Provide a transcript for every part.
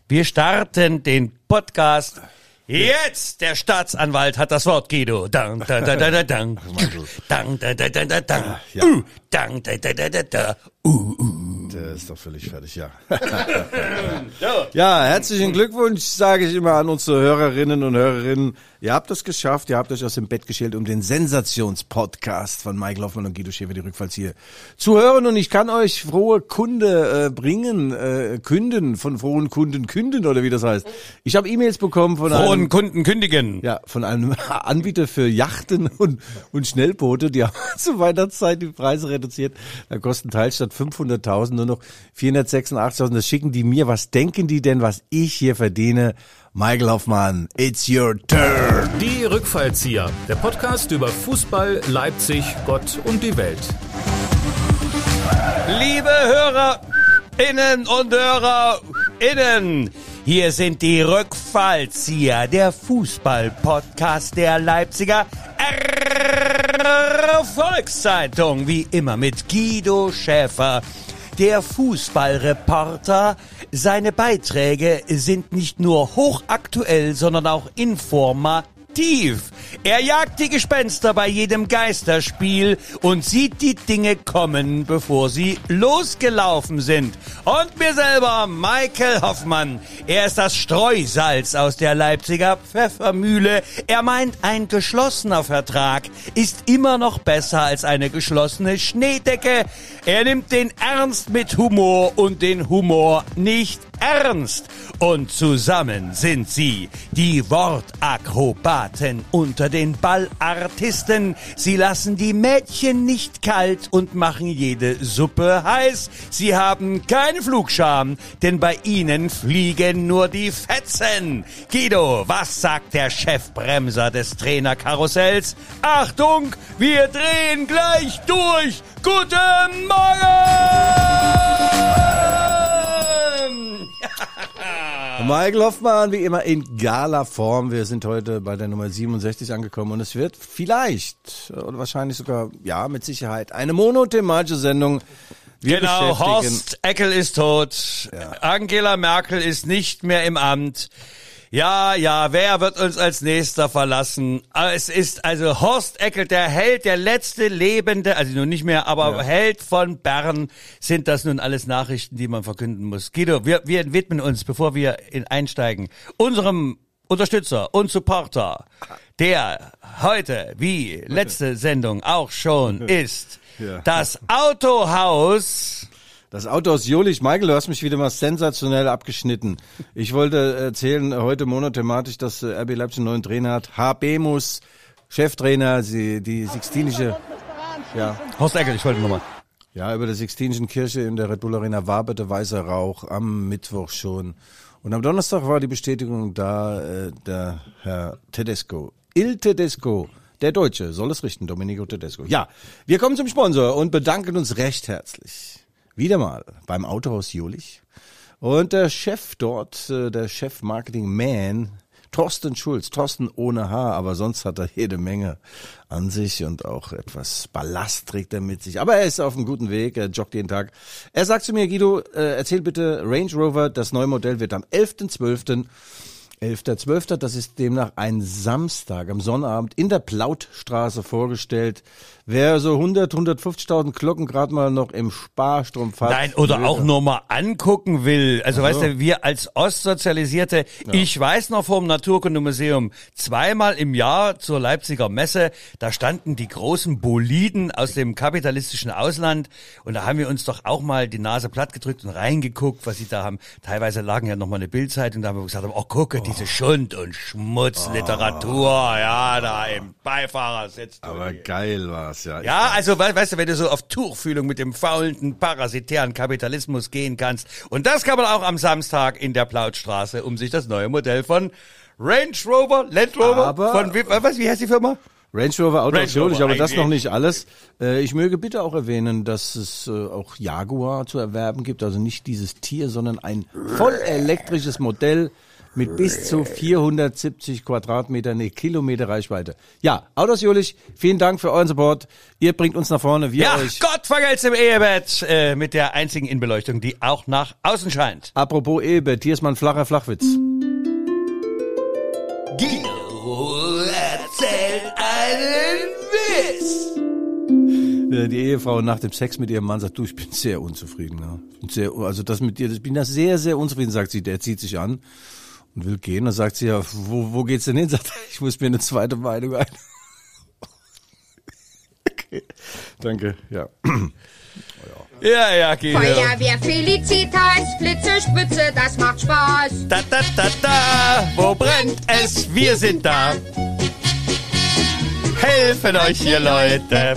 Wir starten den Podcast. Jetzt, der Staatsanwalt hat das Wort, Guido. Dang, da, da, da, da, dang. Dang, da, da, da, da, dang. Ja. Dang, da, da, da, da, da. Der ist doch völlig fertig, ja. Ja, herzlichen Glückwunsch, sage ich immer an unsere Hörerinnen und Hörerinnen. Ihr habt es geschafft, ihr habt euch aus dem Bett geschält, um den Sensationspodcast von Michael Hoffmann und Guido Schäfer, die Rückfalls hier zu hören. Und ich kann euch frohe Kunde künden, von frohen Kunden künden, oder wie das heißt. Ich habe E-Mails bekommen von Frohen Kunden kündigen. Ja, von einem Anbieter für Yachten und Schnellboote. Die haben zur Weihnachtszeit die Preise reduziert. Da kostet ein Teil statt 500.000 nur noch 486.000. Das schicken die mir. Was denken die denn, was ich hier verdiene? Michael Hoffmann, it's your turn. Die Rückfallzieher, der Podcast über Fußball, Leipzig, Gott und die Welt. Liebe HörerInnen und HörerInnen, hier sind die Rückfallzieher, der Fußball-Podcast der Leipziger Volkszeitung, wie immer mit Guido Schäfer, der Fußballreporter. Seine Beiträge sind nicht nur hochaktuell, sondern auch informativ. Er jagt die Gespenster bei jedem Geisterspiel und sieht die Dinge kommen, bevor sie losgelaufen sind. Und mir selber, Michael Hoffmann. Er ist das Streusalz aus der Leipziger Pfeffermühle. Er meint, ein geschlossener Vertrag ist immer noch besser als eine geschlossene Schneedecke. Er nimmt den Ernst mit Humor und den Humor nicht ernst. Und zusammen sind sie die Wortakrobaten unter den Ballartisten. Sie lassen die Mädchen nicht kalt und machen jede Suppe heiß. Sie haben keine Flugscham, denn bei ihnen fliegen nur die Fetzen. Guido, was sagt der Chefbremser des Trainerkarussells? Achtung, wir drehen gleich durch. Guten Morgen! Michael Hoffmann, wie immer in Gala-Form. Wir sind heute bei der Nummer 67 angekommen und es wird vielleicht oder wahrscheinlich sogar, ja, mit Sicherheit eine monothematische Sendung. Wir genau, beschäftigen- Horst Eckel ist tot, Ja. Angela Merkel ist nicht mehr im Amt. Ja, wer wird uns als nächster verlassen? Es ist also Horst Eckel, der Held, der letzte Lebende, also nun nicht mehr, aber Ja. Held von Bern. Sind das nun alles Nachrichten, die man verkünden muss? Guido, wir widmen uns, bevor wir einsteigen, unserem Unterstützer und Supporter, der heute, wie letzte Sendung auch schon, ist Ja. das Autohaus. Das Auto aus Jülich. Michael, du hast mich wieder mal sensationell abgeschnitten. Ich wollte erzählen, heute monothematisch, dass RB Leipzig einen neuen Trainer hat. Habemus, Cheftrainer, die Sixtinische, ja, Horst Eckel, ich wollte nochmal. ja, über der Sixtinischen Kirche in der Red Bull Arena waberte weißer Rauch am Mittwoch schon. Und am Donnerstag war die Bestätigung da, der Herr Tedesco, Il Tedesco, der Deutsche, soll es richten, Domenico Tedesco. Ja, wir kommen zum Sponsor und bedanken uns recht herzlich. Wieder mal beim Autohaus Jülich. Und der Chef dort, der Chef-Marketing-Man, Thorsten Schulz, Thorsten ohne Haar, aber sonst hat er jede Menge an sich und auch etwas Ballast trägt er mit sich. Aber er ist auf einem guten Weg, er joggt jeden Tag. Er sagt zu mir, Guido, erzähl bitte, Range Rover, das neue Modell wird am 11.12., das ist demnach ein Samstag, am Sonnabend in der Plautstraße vorgestellt. Wer so 150.000 Glocken gerade mal noch im Sparstrumpf hat. Nein, oder auch nur mal angucken will. Also weißt du, wir als Ostsozialisierte, ich weiß noch vom Naturkundemuseum, zweimal im Jahr zur Leipziger Messe, da standen die großen Boliden aus dem kapitalistischen Ausland und da haben wir uns doch auch mal die Nase platt gedrückt und reingeguckt, was sie da haben. Teilweise lagen ja noch mal eine Bildzeitung, da haben wir gesagt, oh gucke, diese Schund- und Schmutzliteratur, ja, da im Beifahrersitz. Aber geil war's, ja. Ja, also weißt du, wenn du so auf Tuchfühlung mit dem faulenden, parasitären Kapitalismus gehen kannst. Und das kann man auch am Samstag in der Plautstraße, um sich das neue Modell von Range Rover, Land Rover, Aber- von wie heißt die Firma? Range Rover Auto Range aus Jülich, Rover, aber das eigentlich. noch nicht alles. Ich möge bitte auch erwähnen, dass es auch Jaguar zu erwerben gibt, also nicht dieses Tier, sondern ein voll elektrisches Modell mit bis zu 470 Kilometer Reichweite. Ja, Autos Jülich, vielen Dank für euren Support. Ihr bringt uns nach vorne, wir euch. Gott vergelt's im Ehebett mit der einzigen Innenbeleuchtung, die auch nach außen scheint. Apropos Ehebett, hier ist mal ein flacher Flachwitz. Guido erzählt einen Witz. Die Ehefrau nach dem Sex mit ihrem Mann sagt, du, ich bin sehr unzufrieden. Ja. Also das mit dir, ich bin da sehr, sehr unzufrieden, sagt sie. Der zieht sich an und will gehen. Dann sagt sie, ja, wo geht's denn hin? Sagt er, ich muss mir eine zweite Meinung ein. Okay, danke, ja. Ja, Guido. Feuerwehr Felicitas, Blitze, Spritze, das macht Spaß. Da, wo brennt es? Wir sind da. Helfen euch hier, Leute.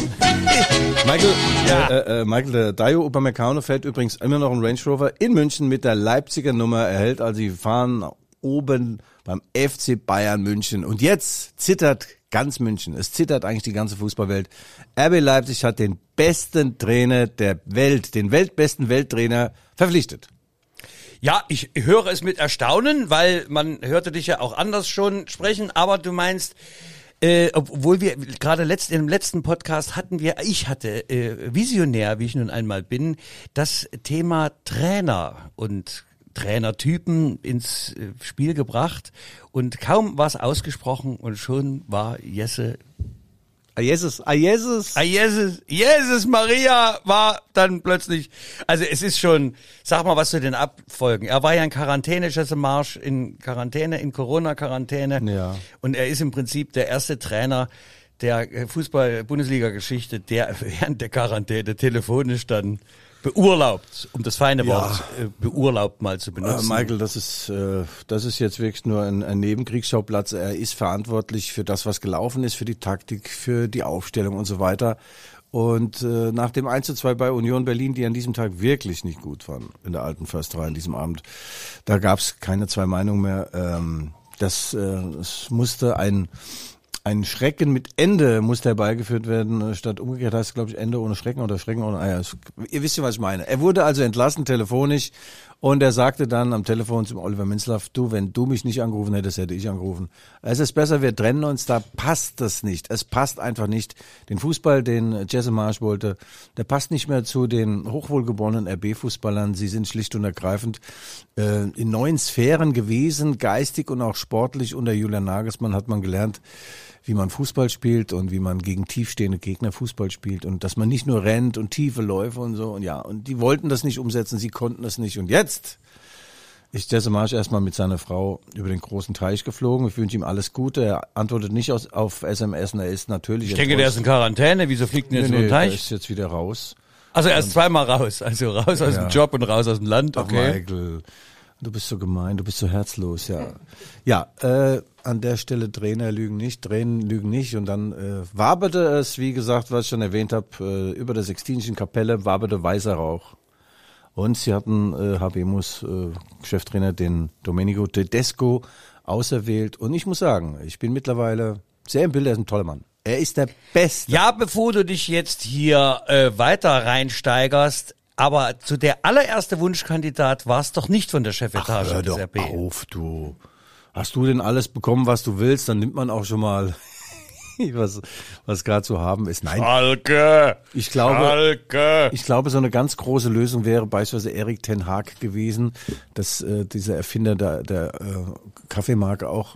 Michael, der Dayo Upamecano fährt übrigens immer noch ein Range Rover in München mit der Leipziger Nummer. Er hält also die Fahnen oben beim FC Bayern München. Und jetzt zittert ganz München. Es zittert eigentlich die ganze Fußballwelt. RB Leipzig hat den besten Trainer der Welt, den weltbesten Welttrainer verpflichtet. Ja, ich höre es mit Erstaunen, weil man hörte dich ja auch anders schon sprechen, aber du meinst, obwohl wir gerade im letzten Podcast ich hatte visionär, wie ich nun einmal bin, das Thema Trainer und Trainertypen ins Spiel gebracht und kaum war es ausgesprochen und schon war Jesus Maria war dann plötzlich, also es ist schon, sag mal was zu den Abfolgen. Er war ja in Quarantäne, Jesse Marsch in Corona-Quarantäne. Ja. Und er ist im Prinzip der erste Trainer der Fußball-Bundesliga-Geschichte, der während der Quarantäne telefonisch dann beurlaubt, um das feine Wort beurlaubt mal zu benutzen. Michael, das ist jetzt wirklich nur ein Nebenkriegsschauplatz. Er ist verantwortlich für das, was gelaufen ist, für die Taktik, für die Aufstellung und so weiter. Und nach dem 1:2 bei Union Berlin, die an diesem Tag wirklich nicht gut waren, in der alten Försterei an diesem Abend, da gab es keine zwei Meinungen mehr. Es musste ein Schrecken mit Ende muss herbeigeführt werden, statt umgekehrt heißt es, glaube ich, Ende ohne Schrecken oder Schrecken ohne Eier. Ihr wisst ja, was ich meine. Er wurde also entlassen, telefonisch, und er sagte dann am Telefon zum Oliver Minzlaff, du, wenn du mich nicht angerufen hättest, hätte ich angerufen. Es ist besser, wir trennen uns, da passt das nicht. Es passt einfach nicht. Den Fußball, den Jesse Marsch wollte, der passt nicht mehr zu den hochwohlgeborenen RB-Fußballern. Sie sind schlicht und ergreifend in neuen Sphären gewesen, geistig und auch sportlich. Unter Julian Nagelsmann hat man gelernt, wie man Fußball spielt und wie man gegen tiefstehende Gegner Fußball spielt und dass man nicht nur rennt und tiefe Läufe und so, und ja, und die wollten das nicht umsetzen, sie konnten das nicht, und jetzt ist Jesse Marsch erstmal mit seiner Frau über den großen Teich geflogen. Ich wünsche ihm alles Gute. Er antwortet nicht auf SMS, und er ist natürlich Ich denke, der ist in Quarantäne, wieso fliegt denn jetzt nur ein Teich? Der ist jetzt wieder raus. Also er ist zweimal raus, also raus aus dem Job und raus aus dem Land, okay. Ach, Michael, du bist so gemein, du bist so herzlos, ja. Ja, an der Stelle Trainer lügen nicht, und dann waberte es, wie gesagt, was ich schon erwähnt habe, über der Sixtinischen Kapelle waberte weißer Rauch. Und sie hatten HBMUs Cheftrainer, den Domenico Tedesco, auserwählt. Und ich muss sagen, ich bin mittlerweile sehr im Bild, er ist ein toller Mann. Er ist der Beste. Ja, bevor du dich jetzt hier weiter reinsteigerst, aber zu der allererste Wunschkandidat war es doch nicht von der Chefetage Hör des doch RB. auf, du. Hast du denn alles bekommen, was du willst? Dann nimmt man auch schon mal was gerade zu haben ist. Nein. Schalke! Ich glaube, so eine ganz große Lösung wäre beispielsweise Erik ten Hag gewesen, dass dieser Erfinder der Kaffeemarke auch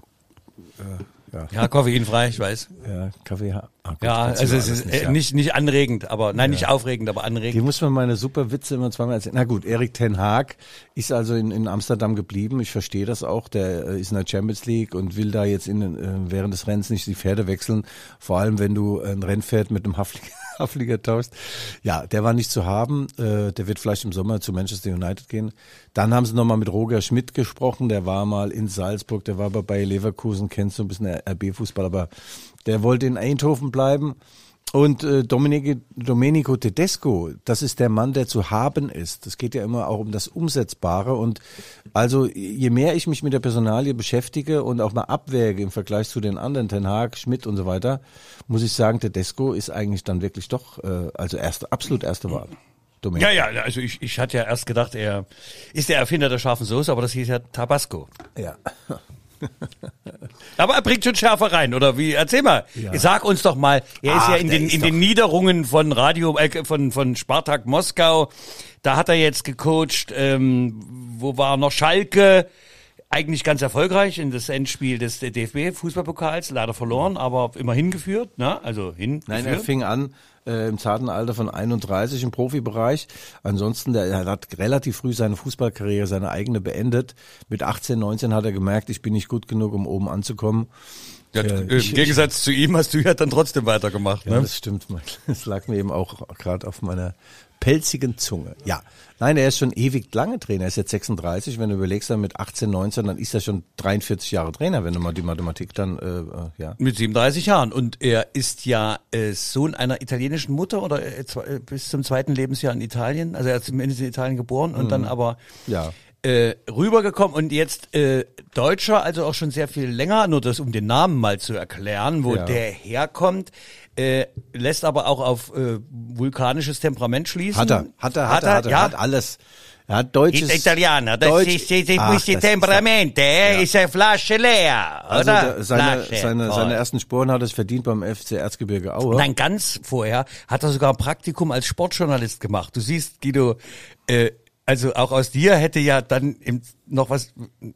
Ja, koffeinfrei, ich weiß. Ja, Kaffee. Ja, also es ist nicht anregend, aber nicht aufregend, aber anregend. Die muss man meine super Witze immer zweimal erzählen. Na gut, Erik ten Hag ist also in Amsterdam geblieben. Ich verstehe das auch. Der ist in der Champions League und will da jetzt während des Rennens nicht die Pferde wechseln. Vor allem, wenn du ein Rennpferd mit einem Hafliger tauschst. Ja, der war nicht zu haben. Der wird vielleicht im Sommer zu Manchester United gehen. Dann haben sie nochmal mit Roger Schmidt gesprochen. Der war mal in Salzburg, der war aber bei Leverkusen, kennt so ein bisschen RB-Fußball, aber der wollte in Eindhoven bleiben. Und Domenico Tedesco, das ist der Mann, der zu haben ist. Es geht ja immer auch um das Umsetzbare. Und also je mehr ich mich mit der Personalie beschäftige und auch mal abwäge im Vergleich zu den anderen, Ten Hag, Schmidt und so weiter, muss ich sagen, Tedesco ist eigentlich dann wirklich doch absolut erste Wahl. Domenico. Ja, also ich hatte ja erst gedacht, er ist der Erfinder der scharfen Soße, aber das hieß ja Tabasco. Ja. Aber er bringt schon Schärfe rein, oder wie? Erzähl mal. Ja. Sag uns doch mal. Er ist ja in den Niederungen von von Spartak Moskau. Da hat er jetzt gecoacht. Wo war noch Schalke? Eigentlich ganz erfolgreich in das Endspiel des DFB-Fußballpokals. Leider verloren, aber immerhin geführt. Ne? Also hingeführt. Nein, er fing an im zarten Alter von 31 im Profibereich. Ansonsten, er hat relativ früh seine Fußballkarriere, seine eigene beendet. Mit 18, 19 hat er gemerkt, ich bin nicht gut genug, um oben anzukommen. Ja, im Gegensatz zu ihm hast du ja dann trotzdem weitergemacht. Ja, Ne? das stimmt. Das lag mir eben auch gerade auf meiner pelzigen Zunge. Ja, nein, er ist schon ewig lange Trainer. Er ist jetzt 36. Wenn du überlegst, dann mit 18, 19, dann ist er schon 43 Jahre Trainer, wenn du mal die Mathematik dann, ja. Mit 37 Jahren. Und er ist ja Sohn einer italienischen Mutter oder bis zum 2. Lebensjahr in Italien. Also er ist zumindest in Italien geboren und dann aber Ja. rübergekommen und jetzt Deutscher, also auch schon sehr viel länger, nur das um den Namen mal zu erklären, wo der herkommt, lässt aber auch auf vulkanisches Temperament schließen. Hat er, ja? hat alles. Er hat deutsches. Italiener, das ist das Temperamente, ist eine Flasche leer, Also oder? seine ersten Sporen hat er verdient beim FC Erzgebirge Aue. Nein, ganz vorher hat er sogar ein Praktikum als Sportjournalist gemacht. Du siehst, Guido, also auch aus dir hätte ja dann noch was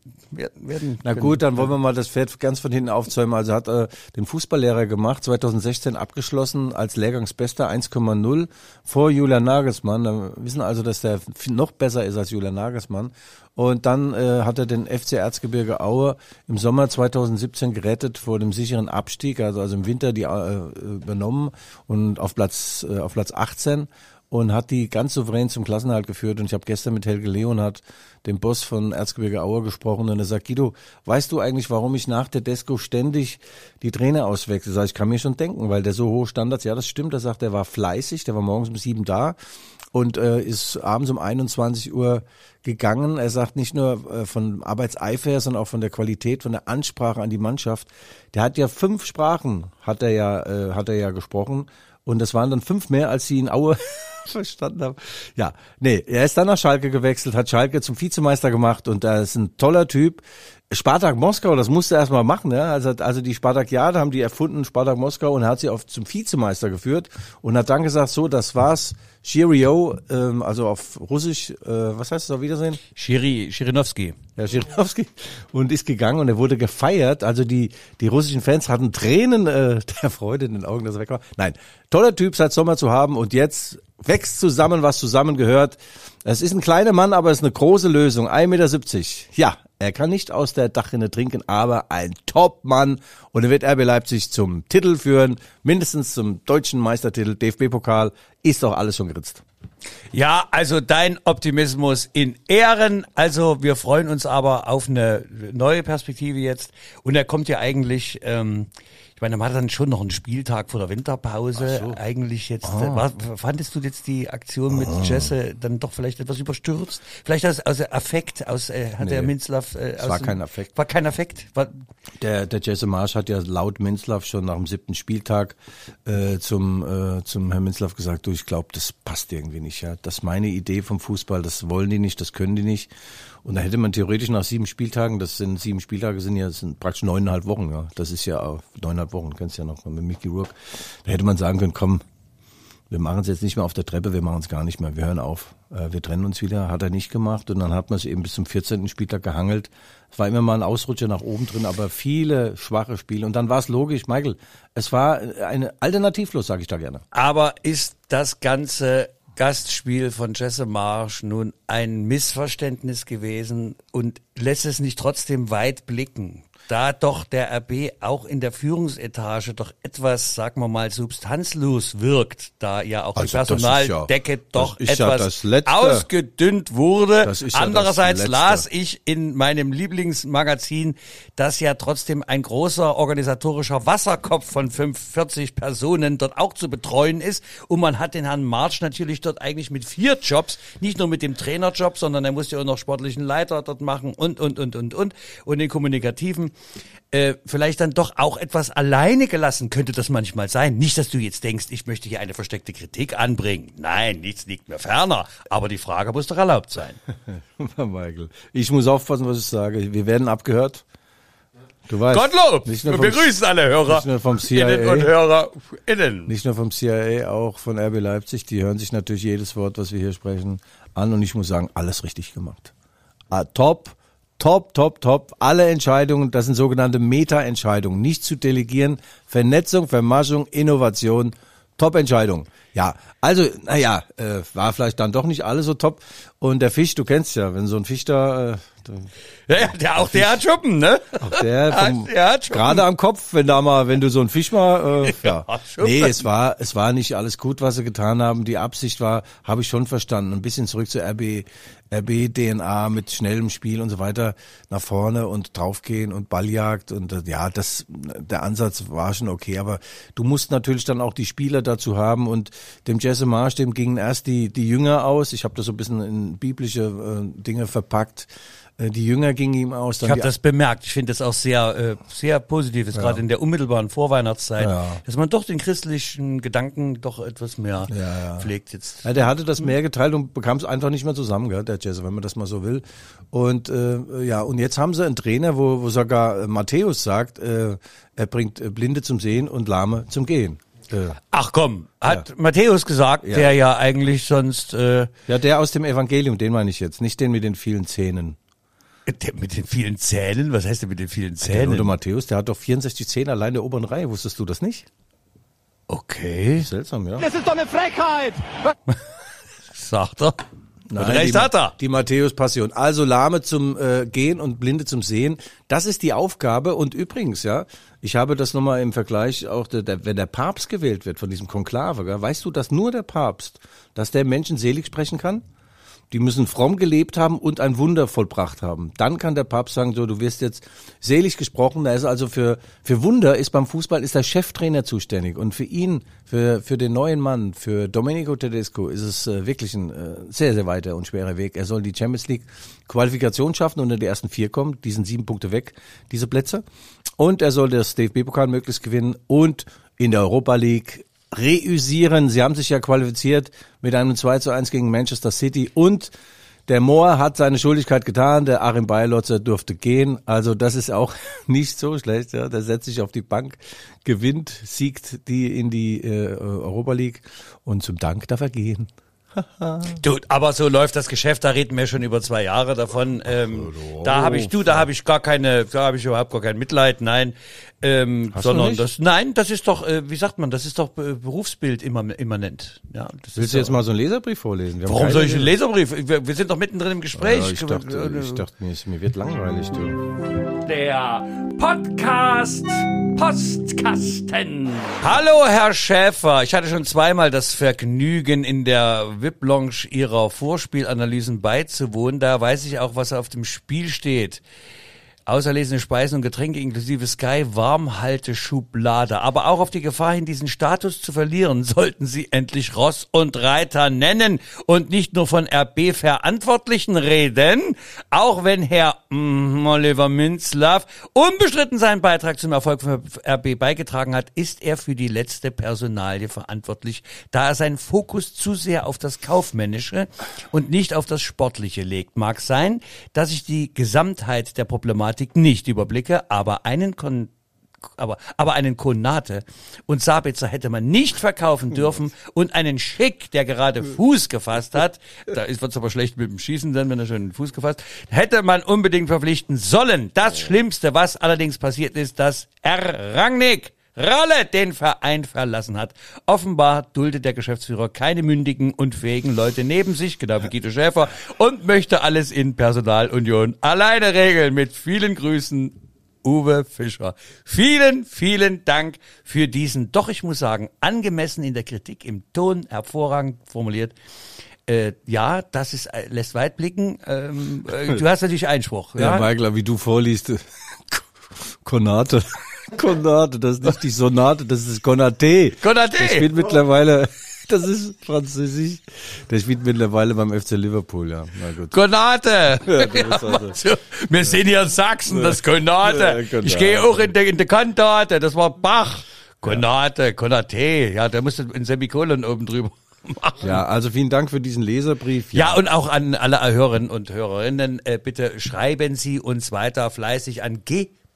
werden Na können. gut, dann wollen wir mal das Pferd ganz von hinten aufzäumen. Also hat er den Fußballlehrer gemacht, 2016 abgeschlossen als Lehrgangsbester, 1,0 vor Julian Nagelsmann. Da wissen also, dass der noch besser ist als Julian Nagelsmann. Und dann hat er den FC Erzgebirge Aue im Sommer 2017 gerettet vor dem sicheren Abstieg, also im Winter die übernommen und auf Platz 18. Und hat die ganz souverän zum Klassenerhalt geführt. Und ich habe gestern mit Helge Leonhardt, dem Boss von Erzgebirge Aue, gesprochen. Und er sagt, Guido, weißt du eigentlich, warum ich nach Tedesco ständig die Trainer auswechsel? Sag ich, kann mir schon denken, weil der so hohe Standards, ja, das stimmt. Er sagt, der war fleißig, der war morgens um 7 da und ist abends um 21 Uhr gegangen. Er sagt nicht nur von Arbeitseifer, sondern auch von der Qualität, von der Ansprache an die Mannschaft. Der hat ja 5 Sprachen, hat er ja gesprochen. Und das waren dann 5 mehr, als sie in Aue verstanden haben. Ja, nee, er ist dann nach Schalke gewechselt, hat Schalke zum Vizemeister gemacht und er ist ein toller Typ. Spartak Moskau, das musste er erstmal machen, ja. Also die Spartakiade haben die erfunden, Spartak Moskau, und er hat sie zum Vizemeister geführt und hat dann gesagt, so, das war's, Cheerio, also auf Russisch, was heißt das, auf Wiedersehen? Schirinovski. Ja, Schirinovski, und ist gegangen und er wurde gefeiert. Also die russischen Fans hatten Tränen der Freude in den Augen, dass er weg war. Nein, toller Typ seit Sommer zu haben und jetzt wächst zusammen, was zusammengehört. Es ist ein kleiner Mann, aber es ist eine große Lösung, 1,70 Meter. Ja, er kann nicht aus der Dachrinne trinken, aber ein Top-Mann, und er wird RB Leipzig zum Titel führen, mindestens zum deutschen Meistertitel, DFB-Pokal, ist doch alles schon geritzt. Ja, also dein Optimismus in Ehren. Also wir freuen uns aber auf eine neue Perspektive jetzt. Und er kommt ja eigentlich, ich meine, man hat dann schon noch einen Spieltag vor der Winterpause. So. Eigentlich jetzt, fandest du jetzt die Aktion mit Jesse dann doch vielleicht etwas überstürzt? Vielleicht aus Affekt, der Minzlaff... Es war kein Affekt. War kein Affekt? Der Jesse Marsch hat ja laut Minzlaff schon nach dem 7. Spieltag zum Herrn Minzlaff gesagt, du, ich glaube, das passt irgendwie nicht. Ja, das ist meine Idee vom Fußball, das wollen die nicht, das können die nicht. Und da hätte man theoretisch nach 7 Spieltagen, sind praktisch 9,5 Wochen, ja. Das ist ja 9,5 Wochen, kennst du ja noch mit Mickey Rourke. Da hätte man sagen können, komm, wir machen es jetzt nicht mehr auf der Treppe, wir machen es gar nicht mehr, wir hören auf. Wir trennen uns wieder, hat er nicht gemacht, und dann hat man es eben bis zum 14. Spieltag gehangelt. Es war immer mal ein Ausrutscher nach oben drin, aber viele schwache Spiele. Und dann war es logisch, Michael, es war eine alternativlos, sage ich da gerne. Aber ist das ganze Gastspiel von Jesse Marsch nun ein Missverständnis gewesen und lässt es nicht trotzdem weit blicken, da doch der RB auch in der Führungsetage doch etwas, sagen wir mal, substanzlos wirkt, da ja auch die Personaldecke doch etwas ausgedünnt wurde. Andererseits las ich in meinem Lieblingsmagazin, dass ja trotzdem ein großer organisatorischer Wasserkopf von 45 Personen dort auch zu betreuen ist, und man hat den Herrn Marsch natürlich dort eigentlich mit 4 Jobs, nicht nur mit dem Trainerjob, sondern er musste ja auch noch sportlichen Leiter dort machen und den kommunikativen. Vielleicht dann doch auch etwas alleine gelassen könnte das manchmal sein. Nicht, dass du jetzt denkst, ich möchte hier eine versteckte Kritik anbringen. Nein, nichts liegt mir ferner. Aber die Frage muss doch erlaubt sein. Michael, ich muss aufpassen, was ich sage. Wir werden abgehört. Du weißt, Gottlob! nicht nur Und vom- wir grüßen alle Hörer. Nicht nur vom CIA. Und HörerInnen. Nicht nur vom CIA, auch von RB Leipzig. Die hören sich natürlich jedes Wort, was wir hier sprechen, an. Und ich muss sagen, alles richtig gemacht. Top. Alle Entscheidungen, das sind sogenannte Meta-Entscheidungen. Nicht zu delegieren. Vernetzung, Vermaschung, Innovation. Top-Entscheidung. Ja, also, war vielleicht dann doch nicht alles so top. Und der Fisch, du kennst ja, wenn so ein Fisch da... Der hat Schuppen, ne? Auch der hat Schuppen. gerade am Kopf, wenn du so ein Fisch mal, ja. Schuppen. Nee, es war nicht alles gut, was sie getan haben. Die Absicht war, habe ich schon verstanden. Ein bisschen zurück zur RB DNA mit schnellem Spiel und so weiter nach vorne und draufgehen und Balljagd und der Ansatz war schon okay, aber du musst natürlich dann auch die Spieler dazu haben und dem Jesse Marsch, dem gingen erst die Jünger aus. Ich habe das so ein bisschen in biblische Dinge verpackt. Die Jünger gingen ihm aus. Dann Ich habe das bemerkt. Ich finde das auch sehr positiv, ist gerade in der unmittelbaren Vorweihnachtszeit, dass man doch den christlichen Gedanken doch etwas mehr pflegt jetzt. Ja, der hatte das mehr geteilt und bekam es einfach nicht mehr zusammen, gell, der Jesse, wenn man das mal so will. Und und jetzt haben sie einen Trainer, wo sogar Matthäus sagt, er bringt Blinde zum Sehen und Lahme zum Gehen. Ach komm, hat Matthäus gesagt, der ja eigentlich sonst... der aus dem Evangelium, den meine ich jetzt, nicht den mit den vielen Zähnen. Der mit den vielen Zähnen? Was heißt denn mit den vielen Der Zähnen? Bruder Matthäus, der hat doch 64 Zähne allein der oberen Reihe. Wusstest du das nicht? Okay, Seltsam, ja. Das ist doch eine Frechheit! sagt er. Nein, Und recht hat er. Die Matthäus-Passion. Also Lahme zum Gehen und Blinde zum Sehen. Das ist die Aufgabe. Und übrigens, ja, ich habe das nochmal im Vergleich auch, wenn der Papst gewählt wird von diesem Konklave, gell, weißt du, dass nur der Papst, dass der Menschen selig sprechen kann? Die müssen fromm gelebt haben und ein Wunder vollbracht haben. Dann kann der Papst sagen, so, du wirst jetzt selig gesprochen. Da ist also für Wunder ist beim Fußball ist der Cheftrainer zuständig. Und für ihn, für den neuen Mann, für Domenico Tedesco ist es wirklich ein sehr, sehr weiter und schwerer Weg. Er soll die Champions League Qualifikation schaffen und unter die ersten 4 kommen. Die sind 7 Punkte weg, diese Plätze. Und er soll das DFB-Pokal möglichst gewinnen und in der Europa League reüssieren. Sie haben sich ja qualifiziert mit einem 2:1 gegen Manchester City und der Mohr hat seine Schuldigkeit getan, der Achim Beilotzer durfte gehen. Also das ist auch nicht so schlecht. Ja. Der setzt sich auf die Bank, gewinnt, siegt die in die Europa League und zum Dank darf er gehen. Du, aber so läuft das Geschäft, da reden wir schon über 2 Jahre davon. Da habe ich überhaupt gar kein Mitleid, nein. Sondern das ist doch, wie sagt man, das ist doch Berufsbild immanent. Ja, das Willst du jetzt mal so einen Leserbrief vorlesen? Warum soll ich einen Leserbrief? Wir sind doch mittendrin im Gespräch. Ja, ich dachte mir wird langweilig, du. Der Podcast Postkasten. Hallo, Herr Schäfer. Ich hatte schon 2-mal das Vergnügen, in der VIP-Lounge Ihrer Vorspielanalysen beizuwohnen. Da weiß ich auch, was auf dem Spiel steht. Auserlesene Speisen und Getränke inklusive Sky Warmhalteschublade. Aber auch auf die Gefahr hin, diesen Status zu verlieren, sollten Sie endlich Ross und Reiter nennen und nicht nur von RB-Verantwortlichen reden. Auch wenn Herr Oliver Minzlaff unbestritten seinen Beitrag zum Erfolg von RB beigetragen hat, ist er für die letzte Personalie verantwortlich, da er seinen Fokus zu sehr auf das Kaufmännische und nicht auf das Sportliche legt. Mag sein, dass ich die Gesamtheit der Problematik nicht überblicke, aber einen Konate und Sabitzer hätte man nicht verkaufen dürfen und einen Schick, der gerade Fuß gefasst hat, da wird's aber schlecht mit dem Schießen dann, wenn er schon den Fuß gefasst, hätte man unbedingt verpflichten sollen. Das Schlimmste, was allerdings passiert ist, dass Rangnick Ralle den Verein verlassen hat. Offenbar duldet der Geschäftsführer keine mündigen und fähigen Leute neben sich, genau wie Guido Schäfer, und möchte alles in Personalunion alleine regeln. Mit vielen Grüßen, Uwe Fischer. Vielen, vielen Dank für diesen, doch ich muss sagen, angemessen in der Kritik, im Ton, hervorragend formuliert. Ja, das ist, lässt weit blicken. Du hast natürlich Einspruch. Ja, Michael, wie du vorliest, Konate, das ist nicht die Sonate, das ist Konaté. Konaté! Der spielt mittlerweile, das ist französisch, der spielt mittlerweile beim FC Liverpool, ja. Na gut. Konate! Ja, also, wir sind hier in Sachsen, das Konate. Ja, Konate. Ich gehe auch in der Kantate, das war Bach. Konate, Konaté, ja, der musste ein Semikolon oben drüber machen. Ja, also vielen Dank für diesen Leserbrief. Ja, und auch an alle Hörerinnen und Hörerinnen, bitte schreiben Sie uns weiter fleißig an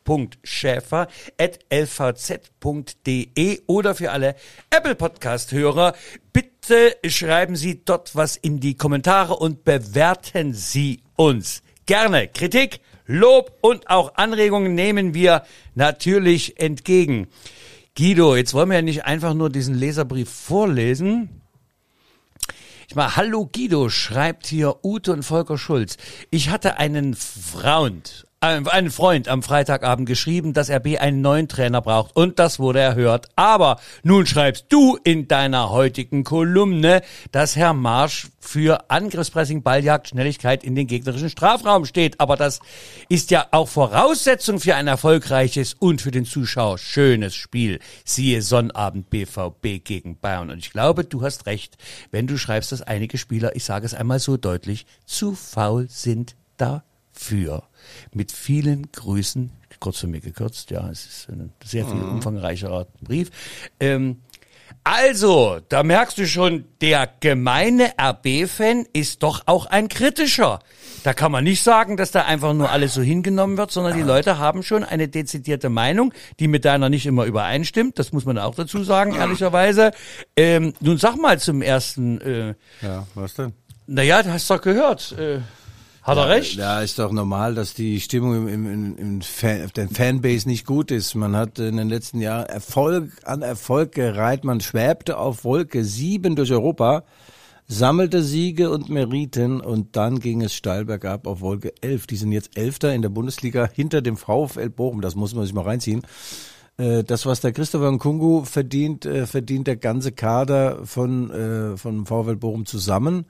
r.schäfer@lvz.de oder für alle Apple-Podcast-Hörer, bitte schreiben Sie dort was in die Kommentare und bewerten Sie uns. Gerne Kritik, Lob und auch Anregungen nehmen wir natürlich entgegen. Guido, jetzt wollen wir ja nicht einfach nur diesen Leserbrief vorlesen. Hallo Guido, schreibt hier Ute und Volker Schulz. Ich hatte einen Freund am Freitagabend geschrieben, dass RB einen neuen Trainer braucht und das wurde erhört. Aber nun schreibst du in deiner heutigen Kolumne, dass Herr Marsch für Angriffspressing, Balljagd, Schnelligkeit in den gegnerischen Strafraum steht. Aber das ist ja auch Voraussetzung für ein erfolgreiches und für den Zuschauer schönes Spiel. Siehe Sonnabend BVB gegen Bayern. Und ich glaube, du hast recht, wenn du schreibst, dass einige Spieler, ich sage es einmal so deutlich, zu faul sind dafür. Mit vielen Grüßen, kurz für mich gekürzt, ja, es ist ein sehr viel umfangreicherer Brief. Also, da merkst du schon, der gemeine RB-Fan ist doch auch ein kritischer. Da kann man nicht sagen, dass da einfach nur alles so hingenommen wird, sondern die Leute haben schon eine dezidierte Meinung, die mit deiner nicht immer übereinstimmt. Das muss man auch dazu sagen, ehrlicherweise. Nun sag mal zum ersten. Ja, was denn? Naja, du hast doch gehört. Hat er recht? Ja, ist doch normal, dass die Stimmung auf der Fanbase nicht gut ist. Man hat in den letzten Jahren Erfolg an Erfolg gereiht. Man schwebte auf Wolke 7 durch Europa, sammelte Siege und Meriten und dann ging es steil bergab auf Wolke 11. Die sind jetzt Elfter in der Bundesliga hinter dem VfL Bochum. Das muss man sich mal reinziehen. Das, was der Christopher Nkunku verdient der ganze Kader von VfL Bochum zusammen.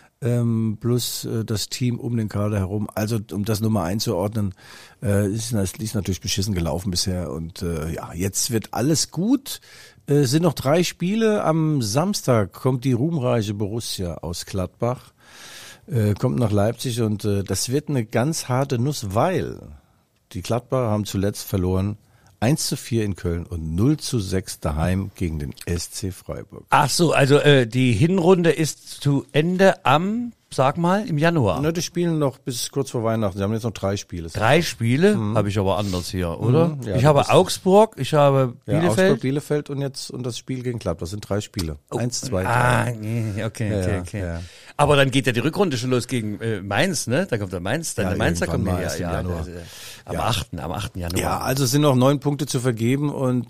Plus das Team um den Kader herum. Also um das nur mal einzuordnen, ist natürlich beschissen gelaufen bisher. Und jetzt wird alles gut. Es sind noch 3 Spiele. Am Samstag kommt die ruhmreiche Borussia aus Gladbach, kommt nach Leipzig und das wird eine ganz harte Nuss, weil die Gladbacher haben zuletzt verloren 1:4 in Köln und 0:6 daheim gegen den SC Freiburg. Ach so, also die Hinrunde ist zu Ende im Januar. Ne, die spielen noch bis kurz vor Weihnachten. Sie haben jetzt noch 3 Spiele. 3 Spiele? Habe ich aber anders hier, oder? Ja, ich habe Augsburg, ich habe ja, Bielefeld. Augsburg, Bielefeld und das Spiel gegen Gladbach. Das sind 3 Spiele. 1, 2, 3. Okay. Ja. Aber dann geht ja die Rückrunde schon los gegen Mainz, ne? Da kommt der Mainz, dann der Mainzer kommt im Januar. Am 8. Januar. Ja, also es sind noch 9 Punkte zu vergeben und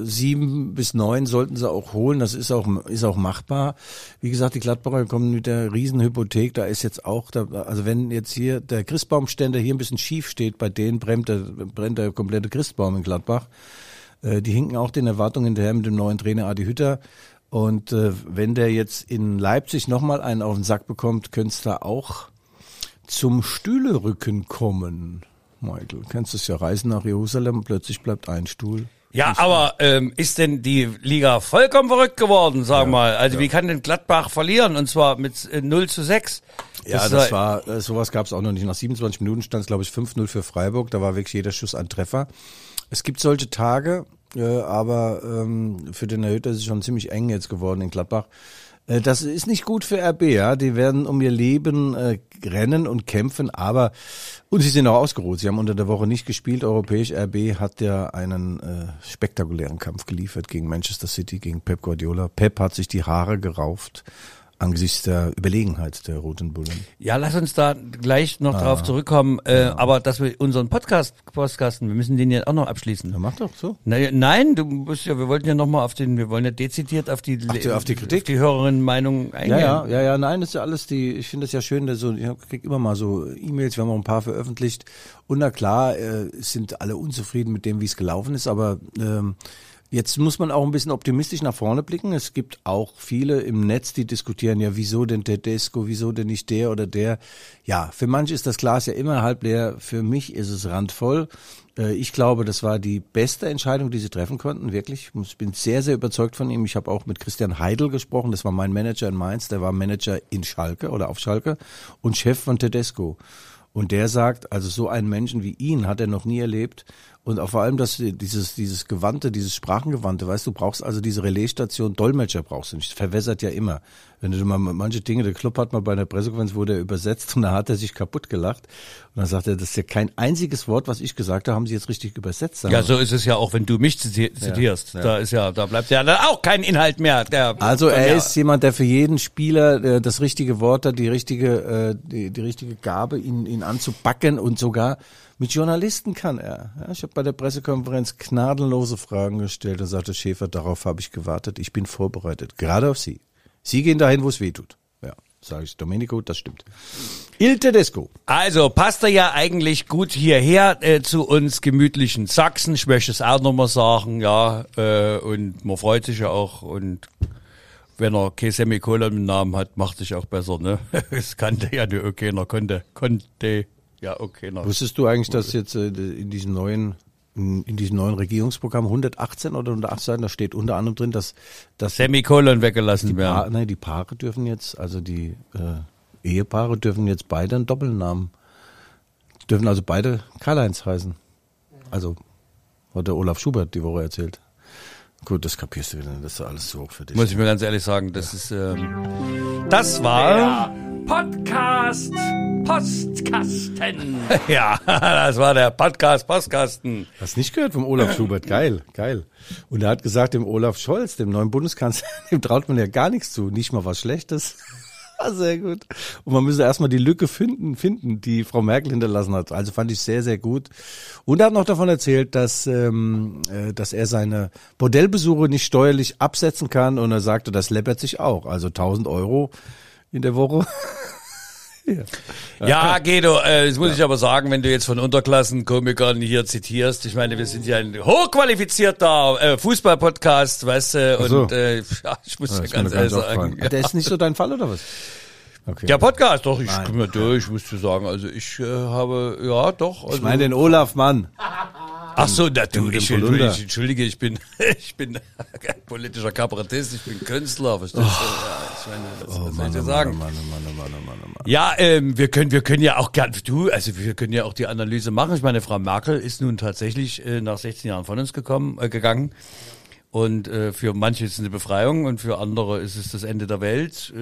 7 bis 9 sollten sie auch holen. Das ist auch machbar. Wie gesagt, die Gladbacher kommen mit der Riesenhypothek. Da ist jetzt auch, also wenn jetzt hier der Christbaumständer hier ein bisschen schief steht, bei denen brennt der komplette Christbaum in Gladbach. Die hinken auch den Erwartungen hinterher mit dem neuen Trainer Adi Hütter. Und wenn der jetzt in Leipzig nochmal einen auf den Sack bekommt, könnte es da auch zum Stühlerücken kommen. Michael, kennst du es ja, Reisen nach Jerusalem, plötzlich bleibt ein Stuhl. Ja, aber ist denn die Liga vollkommen verrückt geworden, mal? Also wie kann denn Gladbach verlieren? Und zwar mit 0:6? Ja, sowas gab es auch noch nicht. Nach 27 Minuten stand es, glaube ich, 5:0 für Freiburg. Da war wirklich jeder Schuss ein Treffer. Es gibt solche Tage, aber für den Herr Hütter ist es schon ziemlich eng jetzt geworden in Gladbach. Das ist nicht gut für RB, ja. Die werden um ihr Leben rennen und kämpfen, und sie sind auch ausgeruht. Sie haben unter der Woche nicht gespielt. Europäisch RB hat ja einen spektakulären Kampf geliefert gegen Manchester City, gegen Pep Guardiola. Pep hat sich die Haare gerauft angesichts der Überlegenheit der Roten Bullen. Ja, lass uns da gleich noch drauf zurückkommen, aber dass wir unseren Podcasten, wir müssen den ja auch noch abschließen. Ja, mach doch so. Nein, wir wollten ja nochmal wir wollen ja dezidiert auf die Kritik, auf die Hörerinnenmeinung eingehen. Ja, nein, das ist ja alles ich finde das ja schön, ich krieg immer mal so E-Mails, wir haben auch ein paar veröffentlicht und na klar, sind alle unzufrieden mit dem, wie es gelaufen ist, aber jetzt muss man auch ein bisschen optimistisch nach vorne blicken. Es gibt auch viele im Netz, die diskutieren, ja, wieso denn Tedesco, wieso denn nicht der oder der. Ja, für manche ist das Glas ja immer halb leer, für mich ist es randvoll. Ich glaube, das war die beste Entscheidung, die sie treffen konnten, wirklich. Ich bin sehr, sehr überzeugt von ihm. Ich habe auch mit Christian Heidel gesprochen, das war mein Manager in Mainz, der war Manager in Schalke oder auf Schalke und Chef von Tedesco. Und der sagt, also so einen Menschen wie ihn hat er noch nie erlebt. Und auch vor allem dieses Gewandte, dieses Sprachengewandte, weißt du, brauchst also diese Relaisstation, Dolmetscher brauchst du nicht, verwässert ja immer. Wenn du mal manche Dinge, der Club hat mal bei einer Pressekonferenz, wurde er übersetzt und da hat er sich kaputt gelacht. Und dann sagt er, das ist ja kein einziges Wort, was ich gesagt habe, haben sie jetzt richtig übersetzt. Ja, so ist es ja auch, wenn du mich zitierst. Ja. Da bleibt ja dann auch kein Inhalt mehr. Also er ist jemand, der für jeden Spieler das richtige Wort hat, die richtige Gabe, ihn anzubacken und sogar mit Journalisten kann er. Ja, ich habe bei der Pressekonferenz gnadenlose Fragen gestellt und sagte, Schäfer, darauf habe ich gewartet. Ich bin vorbereitet, gerade auf Sie. Sie gehen dahin, wo es weh tut. Ja, sage ich, Domenico, das stimmt. Il Tedesco. Also passt er ja eigentlich gut hierher zu uns gemütlichen Sachsen. Ich möchte es auch nochmal sagen, ja. Und man freut sich ja auch. Und wenn er kein Semikolon im Namen hat, macht sich auch besser, ne? Es kannte ja nur keiner, konnte. Ja, okay. Wusstest du eigentlich, dass jetzt in diesem neuen Regierungsprogramm 118 oder 108 Seiten, da steht unter anderem drin, dass Semikolon weggelassen werden. Die Paare dürfen jetzt, also die Ehepaare dürfen jetzt beide einen Doppelnamen, dürfen also beide Karl-Heinz heißen. Also hat der Olaf Schubert die Woche erzählt. Gut, das kapierst du wieder, das ist alles zu hoch für dich. Muss ich mir ganz ehrlich sagen, das war Podcast Postkasten. Ja, das war der Podcast Postkasten. Hast nicht gehört vom Olaf Schubert? Geil. Und er hat gesagt, dem Olaf Scholz, dem neuen Bundeskanzler, dem traut man ja gar nichts zu, nicht mal was Schlechtes. Sehr gut. Und man müsse erstmal die Lücke finden, die Frau Merkel hinterlassen hat. Also fand ich sehr, sehr gut. Und er hat noch davon erzählt, dass er seine Bordellbesuche nicht steuerlich absetzen kann. Und er sagte, das läppert sich auch. Also 1.000 Euro in der Woche. Ja, Guido, das muss ich aber sagen, wenn du jetzt von Unterklassenkomikern hier zitierst, ich meine, wir sind ja ein hochqualifizierter Fußball-Podcast, weißt du, und so. ich muss ja ganz ehrlich sagen. Ja. Der ist nicht so dein Fall, oder was? Okay. Der Podcast, doch, ich komme durch, muss du sagen, also ich habe, ja, doch. Also, ich meine den Olaf, Mann. Ach so, natürlich, entschuldige, ich bin politischer Kabarettist, ich bin Künstler, verstehst du? Ja, ich meine, was soll ich dir sagen? Mann. Ja, wir können ja auch wir können ja auch die Analyse machen. Ich meine, Frau Merkel ist nun tatsächlich nach 16 Jahren von uns gegangen. Und für manche ist es eine Befreiung und für andere ist es das Ende der Welt.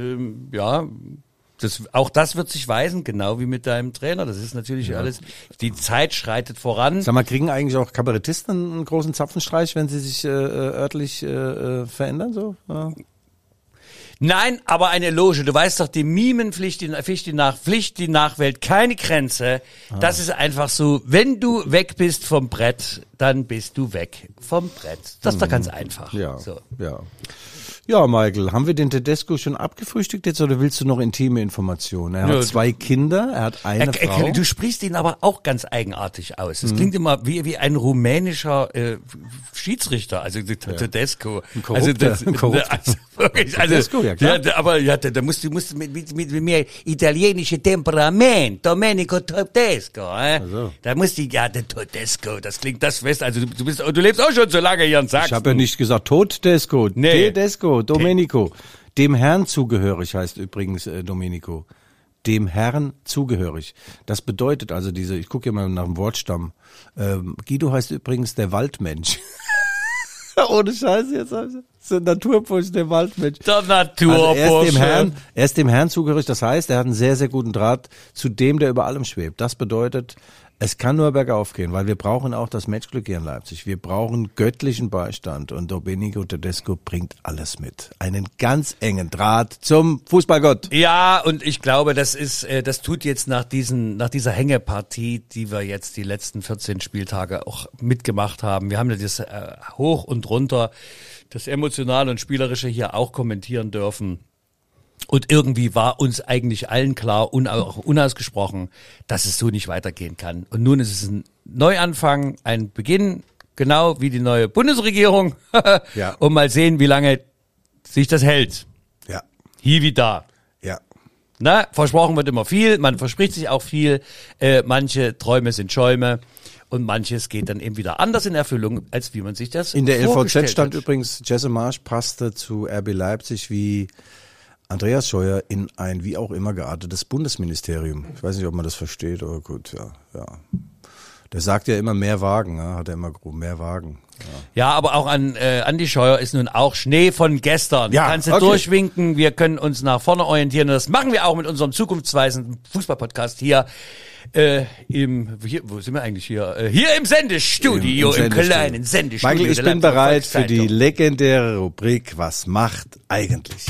Auch das wird sich weisen, genau wie mit deinem Trainer. Das ist natürlich alles, die Zeit schreitet voran. Sag mal, kriegen eigentlich auch Kabarettisten einen großen Zapfenstreich, wenn sie sich örtlich verändern? So? Ja. Nein, aber eine Loge. Du weißt doch, die Mimenpflicht, die Nachwelt, keine Grenze. Das ist einfach so, wenn du weg bist vom Brett, dann bist du weg vom Brett. Das ist doch ganz einfach. Ja, so. Ja. Ja, Michael, haben wir den Tedesco schon abgefrühstückt jetzt oder willst du noch intime Informationen? Er hat 2 Kinder, er hat eine Frau. Du sprichst ihn aber auch ganz eigenartig aus. Das klingt immer wie ein rumänischer Schiedsrichter, also Tedesco. Ein Korrupter. Tedesco, ja klar. Da musst du mit mehr italienische Temperament, Domenico Tedesco. Also. Da musst du, der Tedesco, das klingt das fest. Also du lebst auch schon so lange hier in Sachsen. Ich habe ja nicht gesagt Tedesco, nee. Tedesco, Domenico. Dem Herrn zugehörig heißt übrigens Domenico. Dem Herrn zugehörig. Das bedeutet also ich gucke ja mal nach dem Wortstamm. Guido heißt übrigens der Waldmensch. Ohne Scheiße jetzt. Das ist ein Naturbursch, der Waldmensch. Der Naturbursch. Also er ist dem Herrn zugehörig. Das heißt, er hat einen sehr, sehr guten Draht zu dem, der über allem schwebt. Das bedeutet, es kann nur bergauf gehen, weil wir brauchen auch das Matchglück hier in Leipzig. Wir brauchen göttlichen Beistand und Domenico Tedesco bringt alles mit. Einen ganz engen Draht zum Fußballgott. Ja, und ich glaube, das tut jetzt nach dieser Hängepartie, die wir jetzt die letzten 14 Spieltage auch mitgemacht haben. Wir haben ja das hoch und runter, das Emotionale und Spielerische hier auch kommentieren dürfen. Und irgendwie war uns eigentlich allen klar, auch unausgesprochen, dass es so nicht weitergehen kann. Und nun ist es ein Neuanfang, ein Beginn, genau wie die neue Bundesregierung. Ja. Und mal sehen, wie lange sich das hält. Ja. Hier wie da. Ja. Versprochen wird immer viel, man verspricht sich auch viel. Manche Träume sind Schäume. Und manches geht dann eben wieder anders in Erfüllung, als wie man sich das in der vorgestellt LVZ stand hat. übrigens, Jesse Marsch passte zu RB Leipzig wie Andreas Scheuer in ein wie auch immer geartetes Bundesministerium. Ich weiß nicht, ob man das versteht, aber gut, ja. Der sagt ja immer mehr Wagen, ne? Hat er immer mehr Wagen. Ja, aber auch an Andi Scheuer ist nun auch Schnee von gestern. Ja, Kannst du okay. durchwinken, wir können uns nach vorne orientieren. Und das machen wir auch mit unserem zukunftsweisenden Fußball-Podcast hier. Wo sind wir eigentlich hier? Hier im Sendestudio, im kleinen Sendestudio. Michael, ich bin bereit für die legendäre Rubrik Was macht eigentlich?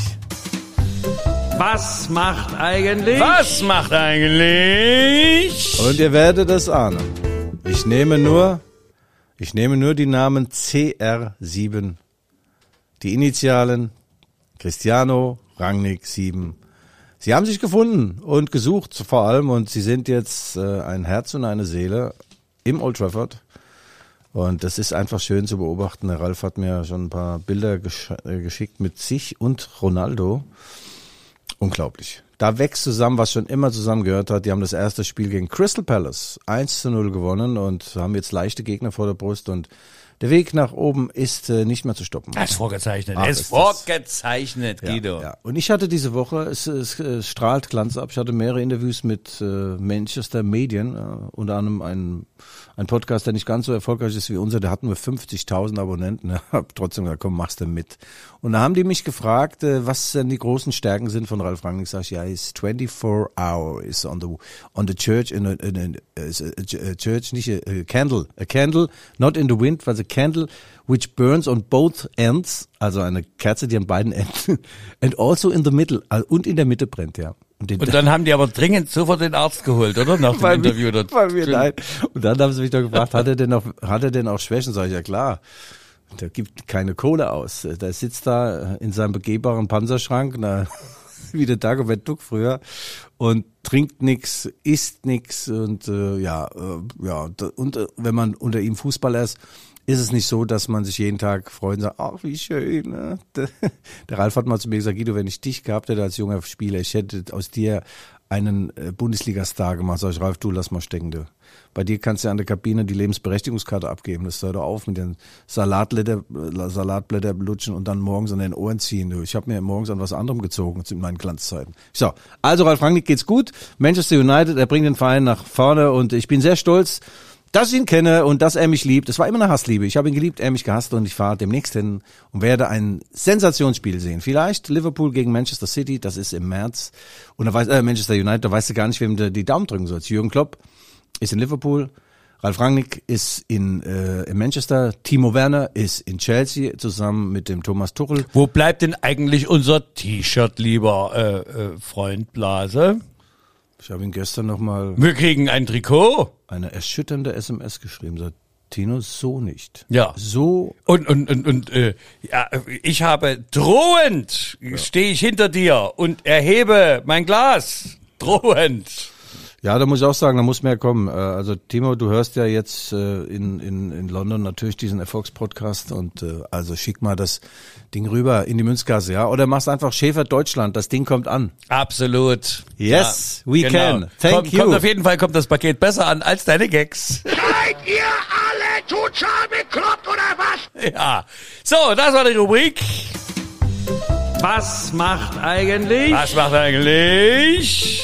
Was macht eigentlich? Was macht eigentlich? Und ihr werdet es ahnen. Ich nehme nur die Namen CR7, die Initialen Cristiano Rangnick 7. Sie haben sich gefunden und gesucht vor allem und sie sind jetzt ein Herz und eine Seele im Old Trafford. Und das ist einfach schön zu beobachten. Der Ralf hat mir schon ein paar Bilder geschickt mit sich und Ronaldo. Unglaublich. Da wächst zusammen, was schon immer zusammengehört hat. Die haben das erste Spiel gegen Crystal Palace 1-0 gewonnen und haben jetzt leichte Gegner vor der Brust und der Weg nach oben ist nicht mehr zu stoppen. Es ist vorgezeichnet. Es ist vorgezeichnet, Guido. Ja. Und ich hatte diese Woche, es strahlt Glanz ab, ich hatte mehrere Interviews mit Manchester Medien, unter anderem ein Podcast, der nicht ganz so erfolgreich ist wie unser, der hat nur 50.000 Abonnenten. Ich habe trotzdem gesagt, komm, machst du mit. Und da haben die mich gefragt, was denn die großen Stärken sind von Ralf Rangnick. Sag ich, ja, ist 24 hours on the church, in a church, nicht a candle, not in the wind, but a candle which burns on both ends, also eine Kerze, die an beiden Enden, and also in the middle, und in der Mitte brennt, ja. Und dann haben die aber dringend sofort den Arzt geholt, oder? Nach dem Interview dort. Nein. Und dann haben sie mich doch gefragt, hat er denn auch Schwächen? Sag ich, ja klar. Der gibt keine Kohle aus. Der sitzt da in seinem begehbaren Panzerschrank, wie der Dagobert Duck früher, und trinkt nix, isst nix und und wenn man unter ihm Fußballer ist es nicht so, dass man sich jeden Tag freut und sagt, ach, wie schön. Ne? Der Ralf hat mal zu mir gesagt, Guido, wenn ich dich gehabt hätte als junger Spieler, ich hätte aus dir einen Bundesliga-Star gemacht. Sag ich, Ralf, du lass mal stecken, du. Bei dir kannst du an der Kabine die Lebensberechtigungskarte abgeben. Das hör doch auf mit den Salatblätter lutschen und dann morgens an den Ohren ziehen. Du. Ich habe mir morgens an was anderem gezogen in meinen Glanzzeiten. So, also Ralf Rangnick geht's gut. Manchester United, er bringt den Verein nach vorne und ich bin sehr stolz, dass ich ihn kenne und dass er mich liebt. Es war immer eine Hassliebe. Ich habe ihn geliebt, er mich gehasst und ich fahre demnächst hin und werde ein Sensationsspiel sehen. Vielleicht Liverpool gegen Manchester City, das ist im März. Und da weiß Manchester United, da weißt du gar nicht, wem du die Daumen drücken sollst. Jürgen Klopp ist in Liverpool, Ralf Rangnick ist in Manchester, Timo Werner ist in Chelsea zusammen mit dem Thomas Tuchel. Wo bleibt denn eigentlich unser T-Shirt, lieber Freund Blase? Ich habe ihn gestern nochmal... Wir kriegen ein Trikot. Eine erschütternde SMS geschrieben, sagt Tino, so nicht. Ja. So. Und ich habe drohend, stehe ich hinter dir und erhebe mein Glas. Drohend. Ja, da muss ich auch sagen, da muss mehr kommen. Also Timo, du hörst ja jetzt in London natürlich diesen Erfolgspodcast und also schick mal das Ding rüber in die Münzkasse, ja? Oder machst einfach Schäfer Deutschland, das Ding kommt an. Absolut. Yes, ja, we can. Thank you. Kommt auf jeden Fall, kommt das Paket besser an als deine Gags. Seid ihr alle total bekloppt oder was? Ja. So, das war die Rubrik. Was macht eigentlich? Was macht eigentlich?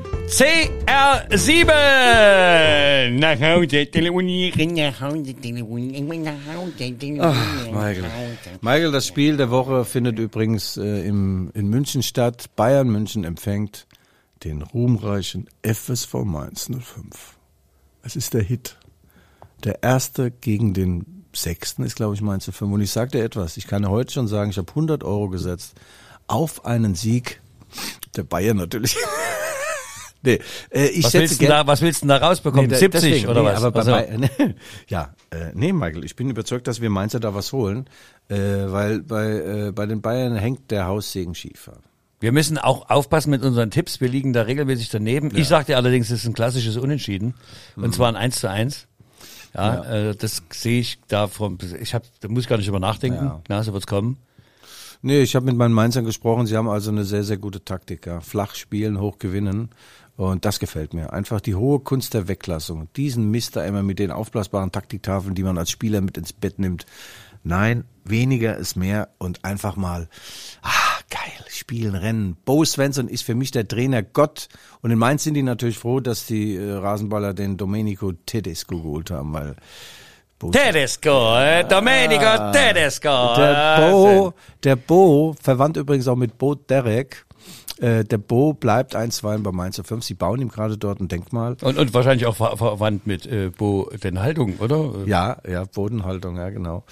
CR7! Nach Hause telefonieren, nach Hause telefonieren, nach Hause telefonieren. Michael, das Spiel der Woche findet übrigens in München statt. Bayern München empfängt den ruhmreichen FSV Mainz 05. Es ist der Hit. Der erste gegen den sechsten ist, glaube ich, Mainz 05. Und ich sage dir etwas, ich kann heute schon sagen, ich habe 100 Euro gesetzt auf einen Sieg der Bayern natürlich. Nee, was willst du da rausbekommen? 70 deswegen, oder was? Aber Michael, ich bin überzeugt, dass wir Mainzer da was holen, weil bei den Bayern hängt der Haussegen schief. Wir müssen auch aufpassen mit unseren Tipps, wir liegen da regelmäßig daneben. Ja. Ich sag dir allerdings, es ist ein klassisches Unentschieden, und zwar ein 1:1. Ja. Das sehe ich da da muss ich gar nicht drüber nachdenken, so wird's kommen. Nee, ich habe mit meinen Mainzern gesprochen, sie haben also eine sehr, sehr gute Taktik. Ja. Flach spielen, hoch gewinnen. Und das gefällt mir. Einfach die hohe Kunst der Weglassung. Diesen Mist da immer mit den aufblasbaren Taktiktafeln, die man als Spieler mit ins Bett nimmt. Nein, weniger ist mehr und einfach mal geil, spielen, rennen. Bo Svensson ist für mich der Trainergott. Und in Mainz sind die natürlich froh, dass die Rasenballer den Domenico Tedesco geholt haben, weil Tedesco, Domenico Tedesco. Der Bo, verwandt übrigens auch mit Bo Derek. Der Bo bleibt einstweilen bei Mainz 05. Sie bauen ihm gerade dort ein Denkmal. Und wahrscheinlich auch verwandt mit Bo den Haltung, oder? Ja, Bodenhaltung, ja genau.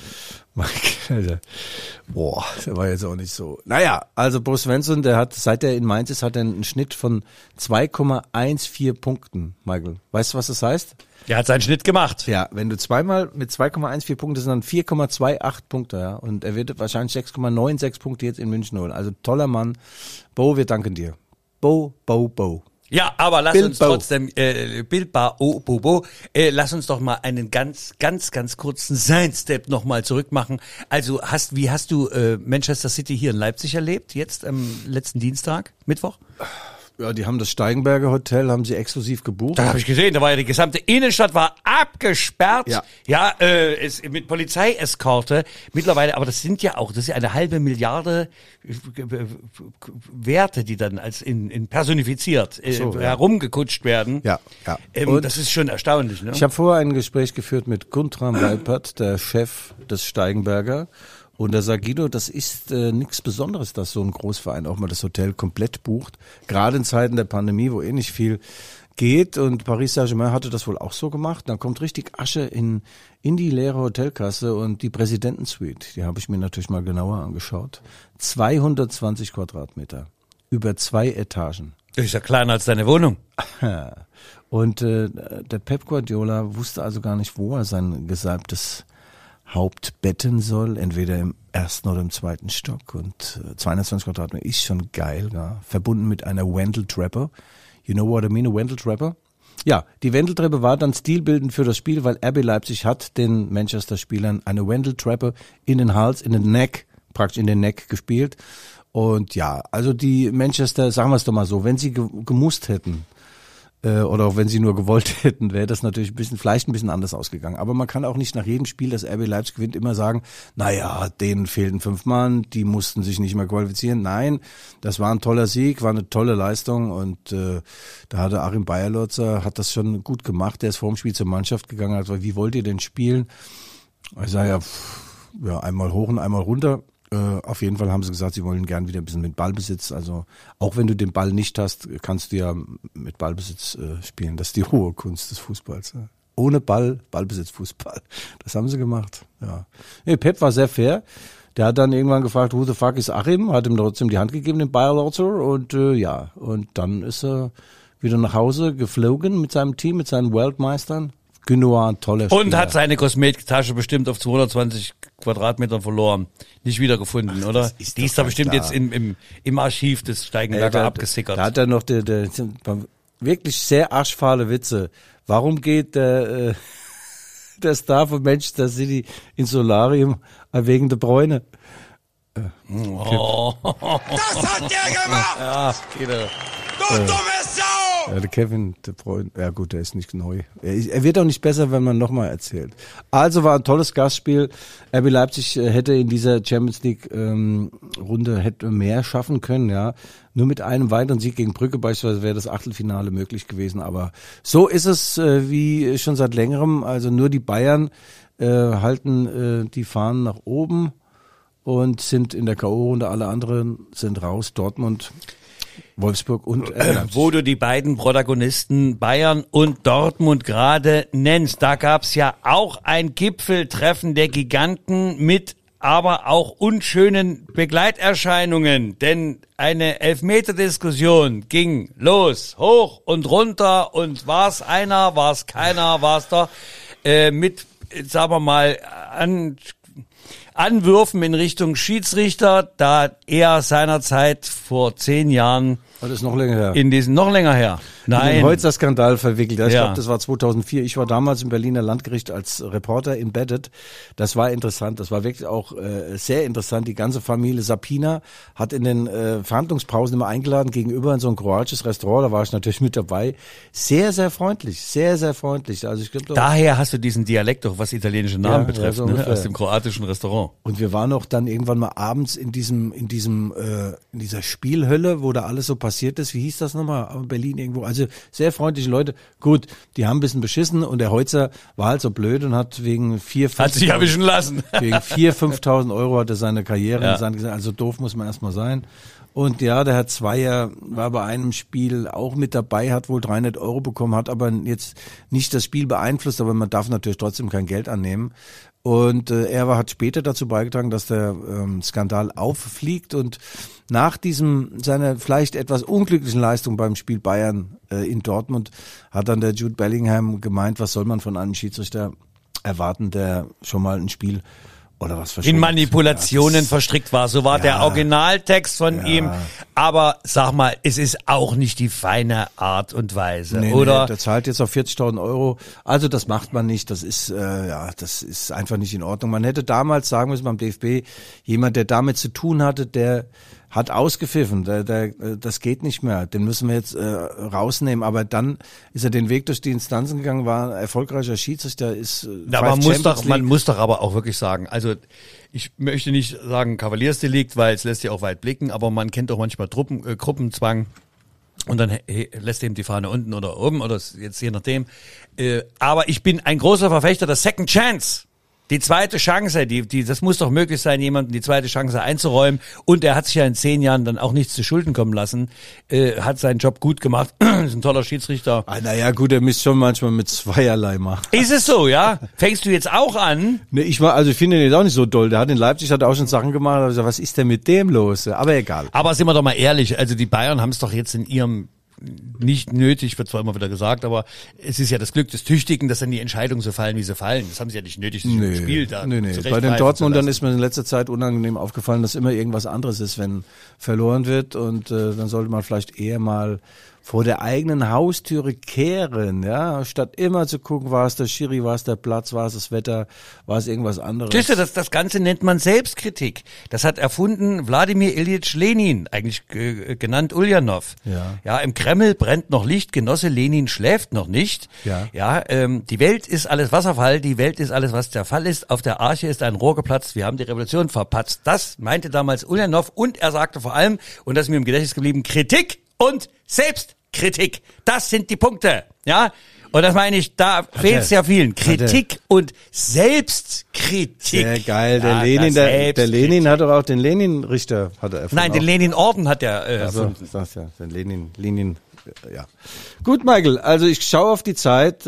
Boah, der war jetzt auch nicht so. Naja, also Bo Svensson, seit er in Mainz ist, hat er einen Schnitt von 2,14 Punkten, Michael. Weißt du, was das heißt? Er hat seinen Schnitt gemacht. Ja, wenn du zweimal mit 2,14 Punkte, das sind dann 4,28 Punkte, ja. Und er wird wahrscheinlich 6,96 Punkte jetzt in München holen. Also toller Mann. Bo, wir danken dir. Bo. Ja, aber lass Bilbao. uns trotzdem, Bilbao, lass uns doch mal einen ganz kurzen Sidestep nochmal zurückmachen. Also wie hast du Manchester City hier in Leipzig erlebt, jetzt am letzten Dienstag, Mittwoch? Ja, die haben das Steigenberger Hotel, haben sie exklusiv gebucht. Da habe ich gesehen, da war ja die gesamte Innenstadt war abgesperrt. Ja. Mit Polizeieskorte mittlerweile, aber das ist ja eine 500 Milliarden Werte, die dann als in personifiziert herumgekutscht werden. Ja. Das ist schon erstaunlich, ne? Ich habe vorher ein Gespräch geführt mit Guntram Weipert, der Chef des Steigenberger. Und da sagt Guido, das ist nichts Besonderes, dass so ein Großverein auch mal das Hotel komplett bucht. Gerade in Zeiten der Pandemie, wo nicht viel geht. Und Paris Saint-Germain hatte das wohl auch so gemacht. Dann kommt richtig Asche in die leere Hotelkasse und die Präsidentensuite. Die habe ich mir natürlich mal genauer angeschaut. 220 Quadratmeter. Über 2 Etagen. Das ist ja kleiner als deine Wohnung. Und der Pep Guardiola wusste also gar nicht, wo er sein gesalbtes Haupt betten soll, entweder im ersten oder im zweiten Stock. Und 220 Quadratmeter ist schon geil, ja. Verbunden mit einer Wendeltreppe. You know what I mean, a Wendeltreppe? Ja, die Wendeltreppe war dann stilbildend für das Spiel, weil RB Leipzig hat den Manchester-Spielern eine Wendeltreppe in den Hals, praktisch in den Neck gespielt. Und ja, also die Manchester, sagen wir es doch mal so, wenn sie gemusst hätten, oder auch wenn sie nur gewollt hätten, wäre das natürlich vielleicht ein bisschen anders ausgegangen. Aber man kann auch nicht nach jedem Spiel, das RB Leipzig gewinnt, immer sagen, naja, denen fehlten 5 Mann, die mussten sich nicht mehr qualifizieren. Nein, das war ein toller Sieg, war eine tolle Leistung und da hatte Achim Bayerlotzer, hat das schon gut gemacht. Der ist vor dem Spiel zur Mannschaft gegangen, hat gesagt, wie wollt ihr denn spielen? Ich sage ja, einmal hoch und einmal runter. Auf jeden Fall haben sie gesagt, sie wollen gern wieder ein bisschen mit Ballbesitz. Also auch wenn du den Ball nicht hast, kannst du ja mit Ballbesitz spielen. Das ist die hohe Kunst des Fußballs. Ja. Ohne Ball, Ballbesitz, Fußball. Das haben sie gemacht. Ja. Nee, Pep war sehr fair. Der hat dann irgendwann gefragt, who the fuck is Achim? Hat ihm trotzdem die Hand gegeben, den Bayerlotzer. Und und dann ist er wieder nach Hause geflogen mit seinem Team, mit seinen Weltmeistern. Gündogan, ein toller Spieler. Und hat seine Kosmetiktasche bestimmt auf 220 Quadratmetern verloren. Nicht wiedergefunden, oder? Die ist da bestimmt jetzt im Archiv des Steigenberger abgesickert. Da hat er noch der wirklich sehr arschfahle Witze. Warum geht der Star von Manchester City ins Solarium wegen der Bräune? Das hat der gemacht! Ja, geht er. Du dumme Sau! Ja, der Kevin De Bruyne, ja gut, der ist nicht neu. Er wird auch nicht besser, wenn man nochmal erzählt. Also war ein tolles Gastspiel. RB Leipzig hätte in dieser Champions League Runde hätte mehr schaffen können, ja. Nur mit einem weiteren Sieg gegen Brügge beispielsweise wäre das Achtelfinale möglich gewesen. Aber so ist es wie schon seit längerem. Also nur die Bayern halten die Fahnen nach oben und sind in der K.O.-Runde. Alle anderen sind raus. Dortmund, Wolfsburg und Leipzig. Wo du die beiden Protagonisten Bayern und Dortmund gerade nennst, da gab's ja auch ein Gipfeltreffen der Giganten mit aber auch unschönen Begleiterscheinungen, denn eine Elfmeter-Diskussion ging los, hoch und runter und war's einer, war's keiner, war's doch mit, sagen wir mal, Anwürfen in Richtung Schiedsrichter, da er seinerzeit vor 10 Jahren Das ist noch länger her. in diesen, noch länger her. In den Nein. Holzer-Skandal verwickelt. Ich Ja. glaube, das war 2004. Ich war damals im Berliner Landgericht als Reporter embedded. Das war interessant. Das war wirklich auch sehr interessant. Die ganze Familie Sapina hat in den Verhandlungspausen immer eingeladen gegenüber in so ein kroatisches Restaurant. Da war ich natürlich mit dabei. Sehr, sehr freundlich. Sehr, sehr freundlich. Also ich glaube, Daher hast du diesen Dialekt doch, was italienische Namen Ja, betrifft, so ne? ungefähr. Aus dem kroatischen Restaurant. und wir waren auch dann irgendwann mal abends in dieser Spielhölle, wo da alles so passiert ist. Wie hieß das nochmal? In Berlin irgendwo. Also sehr freundliche Leute. Gut, die haben ein bisschen beschissen und der Heutzer war halt so blöd und hat wegen 4.000, Hat sich erwischen lassen. wegen 4.000-5.000 Euro hat er seine Karriere Ja. in Sand gesetzt. Also doof muss man erstmal sein. Und ja, der Herr Zweier war bei einem Spiel auch mit dabei, hat wohl 300 Euro bekommen, hat aber jetzt nicht das Spiel beeinflusst, aber man darf natürlich trotzdem kein Geld annehmen. Und hat später dazu beigetragen, dass der Skandal auffliegt und nach seiner vielleicht etwas unglücklichen Leistung beim Spiel Bayern in Dortmund hat dann der Jude Bellingham gemeint, was soll man von einem Schiedsrichter erwarten, der schon mal ein Spiel oder was In Manipulationen verstrickt war. So war der Originaltext von ihm. Aber sag mal, es ist auch nicht die feine Art und Weise, oder? Nee, der zahlt jetzt auf 40.000 Euro. Also das macht man nicht. Das ist das ist einfach nicht in Ordnung. Man hätte damals sagen müssen beim DFB, jemand, der damit zu tun hatte, der hat ausgepfiffen. Das geht nicht mehr. Den müssen wir jetzt rausnehmen. Aber dann ist er den Weg durch die Instanzen gegangen, war ein erfolgreicher Schiedsrichter. Aber man muss doch aber auch wirklich sagen, also ich möchte nicht sagen Kavaliersdelikt, weil es lässt ja auch weit blicken, aber man kennt doch manchmal Gruppenzwang. Und dann lässt eben die Fahne unten oder oben oder jetzt je nachdem. Aber ich bin ein großer Verfechter der Second Chance. Die zweite Chance, das muss doch möglich sein, jemandem die zweite Chance einzuräumen. Und er hat sich ja in 10 Jahren dann auch nichts zu Schulden kommen lassen, hat seinen Job gut gemacht, ist ein toller Schiedsrichter. Naja, gut, er misst schon manchmal mit zweierlei machen. Ist es so, ja? Fängst du jetzt auch an? Nee, ich finde ihn jetzt auch nicht so doll. Der hat in Leipzig auch schon Sachen gemacht. Da hab ich gesagt, was ist denn mit dem los? Aber egal. Aber sind wir doch mal ehrlich, also die Bayern haben es doch jetzt in ihrem nicht nötig, wird zwar immer wieder gesagt, aber es ist ja das Glück des Tüchtigen, dass dann die Entscheidungen so fallen, wie sie fallen. Das haben sie ja nicht nötig, sich im Spiel da Nee. Bei den Dortmundern ist mir in letzter Zeit unangenehm aufgefallen, dass immer irgendwas anderes ist, wenn verloren wird und dann sollte man vielleicht eher mal vor der eigenen Haustüre kehren, ja, statt immer zu gucken, war es der Schiri, war es der Platz, war es das Wetter, war es irgendwas anderes. Siehst du, das Ganze nennt man Selbstkritik. Das hat erfunden Wladimir Iljitsch Lenin, eigentlich genannt Uljanov. Ja. Ja, im Kreml brennt noch Licht, Genosse Lenin schläft noch nicht. Ja. Ja, die Welt ist alles Wasserfall, die Welt ist alles, was der Fall ist. Auf der Arche ist ein Rohr geplatzt, wir haben die Revolution verpatzt. Das meinte damals Uljanov und er sagte vor allem, und das ist mir im Gedächtnis geblieben, Kritik und Selbstkritik. Das sind die Punkte, ja. Und das meine ich, da fehlt es ja vielen. Kritik und Selbstkritik. Sehr geil. Der Ja, Lenin, der Lenin hat doch auch den Lenin-Richter erfunden. Nein, den Lenin-Orden hat er Also, erfunden. das ja, den Lenin, ja. Gut, Michael, also ich schaue auf die Zeit.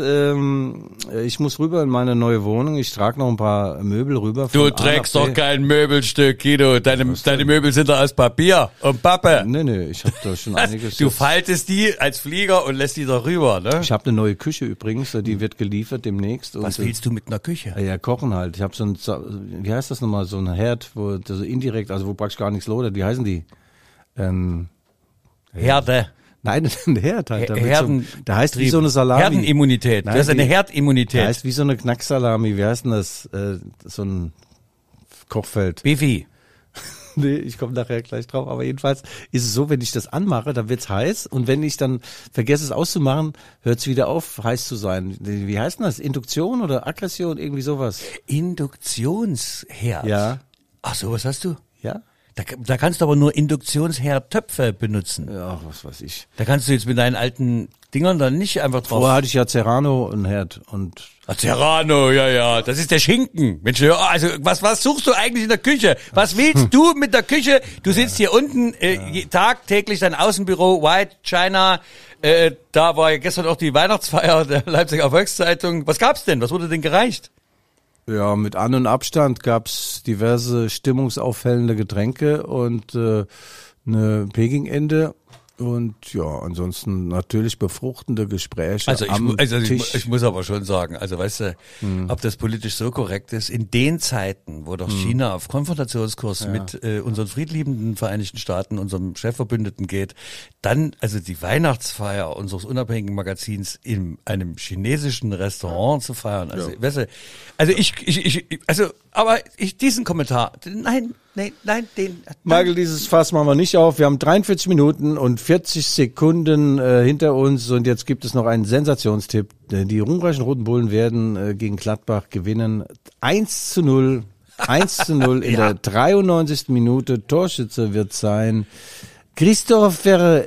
Ich muss rüber in meine neue Wohnung. Ich trage noch ein paar Möbel rüber. Du von A trägst nach doch B. kein Möbelstück, Guido. Deine Möbel sind doch aus Papier und Pappe. Nee, ich habe da schon einiges. Du faltest die als Flieger und lässt die doch rüber, ne? Ich habe eine neue Küche übrigens, die wird geliefert demnächst. Was und, willst du mit einer Küche? Ja, kochen halt. Ich habe so ein, wie heißt das nochmal, so ein Herd, wo so indirekt, also wo praktisch gar nichts lodert. Wie heißen die? Herde. Nein, ein Herd halt. Herden. Der heißt wie so eine Salami. Herdenimmunität. Nein, Das ist eine Der Herdimmunität. heißt wie so eine Knacksalami. Wie heißt denn das? So ein Kochfeld. Bifi. Nee, ich komme nachher gleich drauf. Aber jedenfalls ist es so, wenn ich das anmache, dann wird's heiß. Und wenn ich dann vergesse es auszumachen, hört's wieder auf, heiß zu sein. Wie heißt denn das? Induktion oder Aggression? Irgendwie sowas. Induktionsherd. Ja. Ach so, was hast du? Ja? Da kannst du aber nur Induktionsherdtöpfe benutzen. Ja, was weiß ich. Da kannst du jetzt mit deinen alten Dingern dann nicht einfach drauf. Vorher hatte ich ja Serrano einen Herd und Serrano, ja, das ist der Schinken. Mensch, also was suchst du eigentlich in der Küche? Was willst du mit der Küche? Du sitzt hier unten tagtäglich dein Außenbüro, White China. Da war ja gestern auch die Weihnachtsfeier der Leipziger Volkszeitung. Was gab's denn? Was wurde denn gereicht? ja, mit An- und Abstand gab's diverse stimmungsauffällende Getränke und eine Pekingente Und ja, ansonsten natürlich befruchtende Gespräche ich muss aber schon sagen, also weißt du, ob das politisch so korrekt ist, in den Zeiten, wo doch China auf Konfrontationskurs mit unseren friedliebenden Vereinigten Staaten, unserem Chefverbündeten geht, dann also die Weihnachtsfeier unseres unabhängigen Magazins in einem chinesischen Restaurant zu feiern. Also, weißt du, diesen Kommentar, nein, den. Michael, dieses Fass machen wir nicht auf. Wir haben 43 Minuten und 40 Sekunden hinter uns und jetzt gibt es noch einen Sensationstipp. Die ruhmreichen Roten Bullen werden gegen Gladbach gewinnen. 1:0 in der 93. Minute. Torschütze wird sein Christopher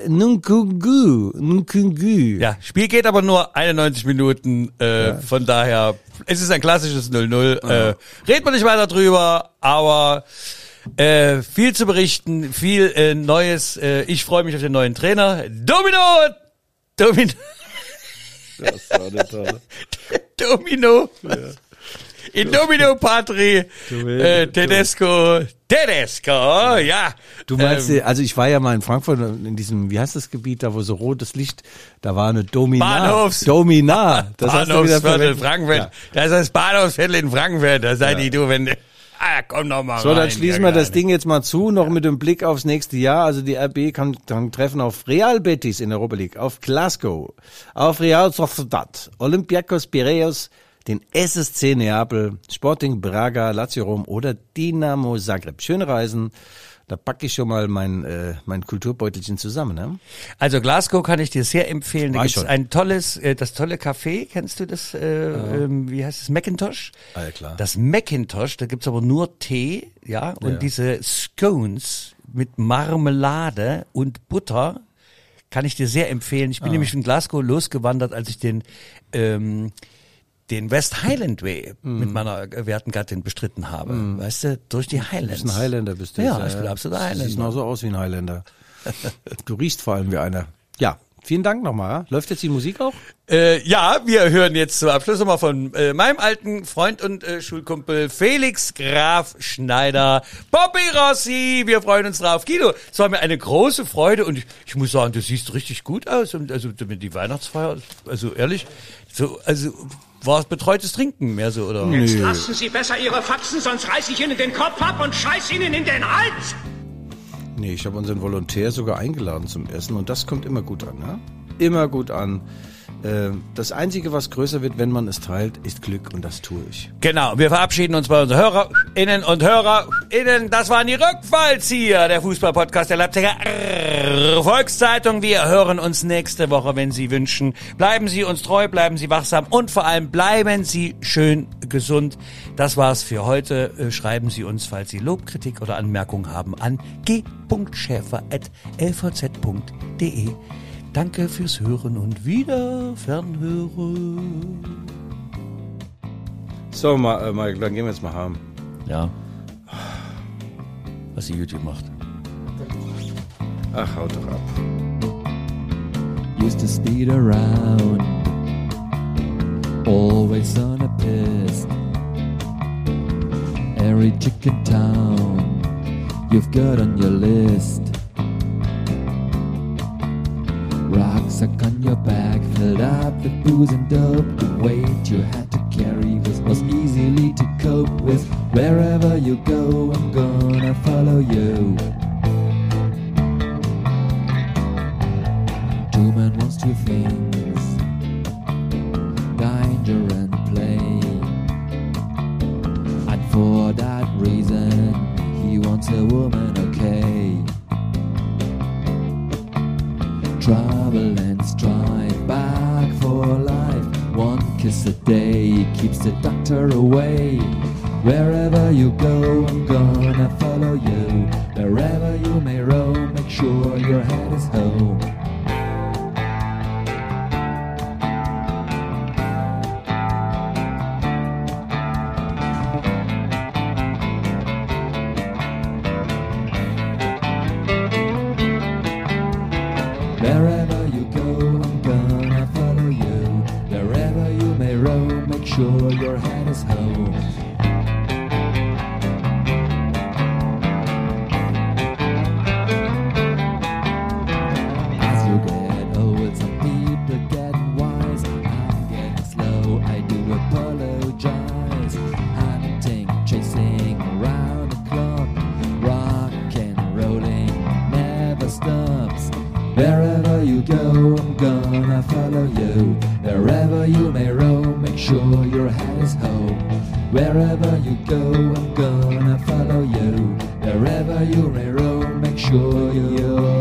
Nkunku. Ja, Spiel geht aber nur 91 Minuten, von daher, es ist ein klassisches 0:0. Reden wir nicht weiter drüber, aber viel zu berichten, viel Neues. Ich freue mich auf den neuen Trainer. Domino! Das war eine tolle. Domino! Ja. In Domino Patri, Tedesco, ja. Du meinst, also ich war ja mal in Frankfurt in diesem, wie heißt das Gebiet, da wo so rotes Licht, da war eine Domina. Das Bahnhofsviertel Frankfurt. Ja. Das ist das Bahnhofsviertel in Frankfurt. Da seid ihr du, wenn komm noch mal so, rein. So, dann schließen wir das Ding jetzt mal zu, noch mit dem Blick aufs nächste Jahr. Also die RB kann treffen auf Real Betis in der Europa League, auf Glasgow, auf Real Sociedad, Olympiakos Piraeus, den SSC Neapel, Sporting Braga, Lazio Rom oder Dinamo Zagreb. Schöne Reisen. Da packe ich schon mal mein Kulturbeutelchen zusammen. Ne? Also Glasgow kann ich dir sehr empfehlen. Da gibt es ein tolles, das tolle Café. Kennst du das? Wie heißt es? Macintosh? Ah, ja, klar. Das Macintosh, da gibt's aber nur Tee, ja, und diese Scones mit Marmelade und Butter kann ich dir sehr empfehlen. Ich bin nämlich von Glasgow losgewandert, als ich den West Highland Way mit meiner werten Gattin bestritten habe. Weißt du, durch die Highlands. Du bist ein Highlander, bist du. Ja, ich bin absoluter Highlander. Du siehst noch so aus wie ein Highlander. Du riechst vor allem wie einer. Ja, vielen Dank nochmal. Läuft jetzt die Musik auch? Ja, wir hören jetzt zum Abschluss nochmal von meinem alten Freund und Schulkumpel Felix Graf Schneider, Bobby Rossi. Wir freuen uns drauf. Guido, es war mir eine große Freude und ich muss sagen, du siehst richtig gut aus. Und also die Weihnachtsfeier, also ehrlich, so, also war es betreutes Trinken mehr so, oder? Jetzt lassen Sie besser Ihre Faxen, sonst reiß ich Ihnen den Kopf ab und scheiß Ihnen in den Hals! Nee, ich habe unseren Volontär sogar eingeladen zum Essen und das kommt immer gut an, ne? Immer gut an. Das Einzige, was größer wird, wenn man es teilt, ist Glück und das tue ich. Genau, wir verabschieden uns bei unseren HörerInnen und HörerInnen. Das waren die Rückfallzieher, der Fußball-Podcast der Leipziger Volkszeitung. Wir hören uns nächste Woche, wenn Sie wünschen. Bleiben Sie uns treu, bleiben Sie wachsam und vor allem bleiben Sie schön gesund. Das war's für heute. Schreiben Sie uns, falls Sie Lob, Kritik oder Anmerkungen haben, an g.schäfer@lvz.de. Danke fürs Hören und wieder Fernhören. So, Michael, dann gehen wir jetzt mal heim. Ja. Was die YouTube macht. Ach, haut doch ab. Used to speed around, always on a piss. Every chicken town you've got on your list. Rucksack on your back, filled up with booze and dope. The weight you had to carry was easily to cope with. Wherever you go, I'm gonna follow you. Two men wants two things, danger and play. And for that reason, he wants a woman, okay. Trouble and strife, back for life. One kiss a day keeps the doctor away. Wherever you go, I'm gonna follow you. Wherever you may roam, make sure your head is home. Wherever you go, I'm gonna follow you. Wherever you may roam, make sure your head is home. Wherever you go, I'm gonna follow you. Wherever you may roam, make sure your head is home. Wherever you go, I'm gonna follow you. Wherever you may roam, make sure you're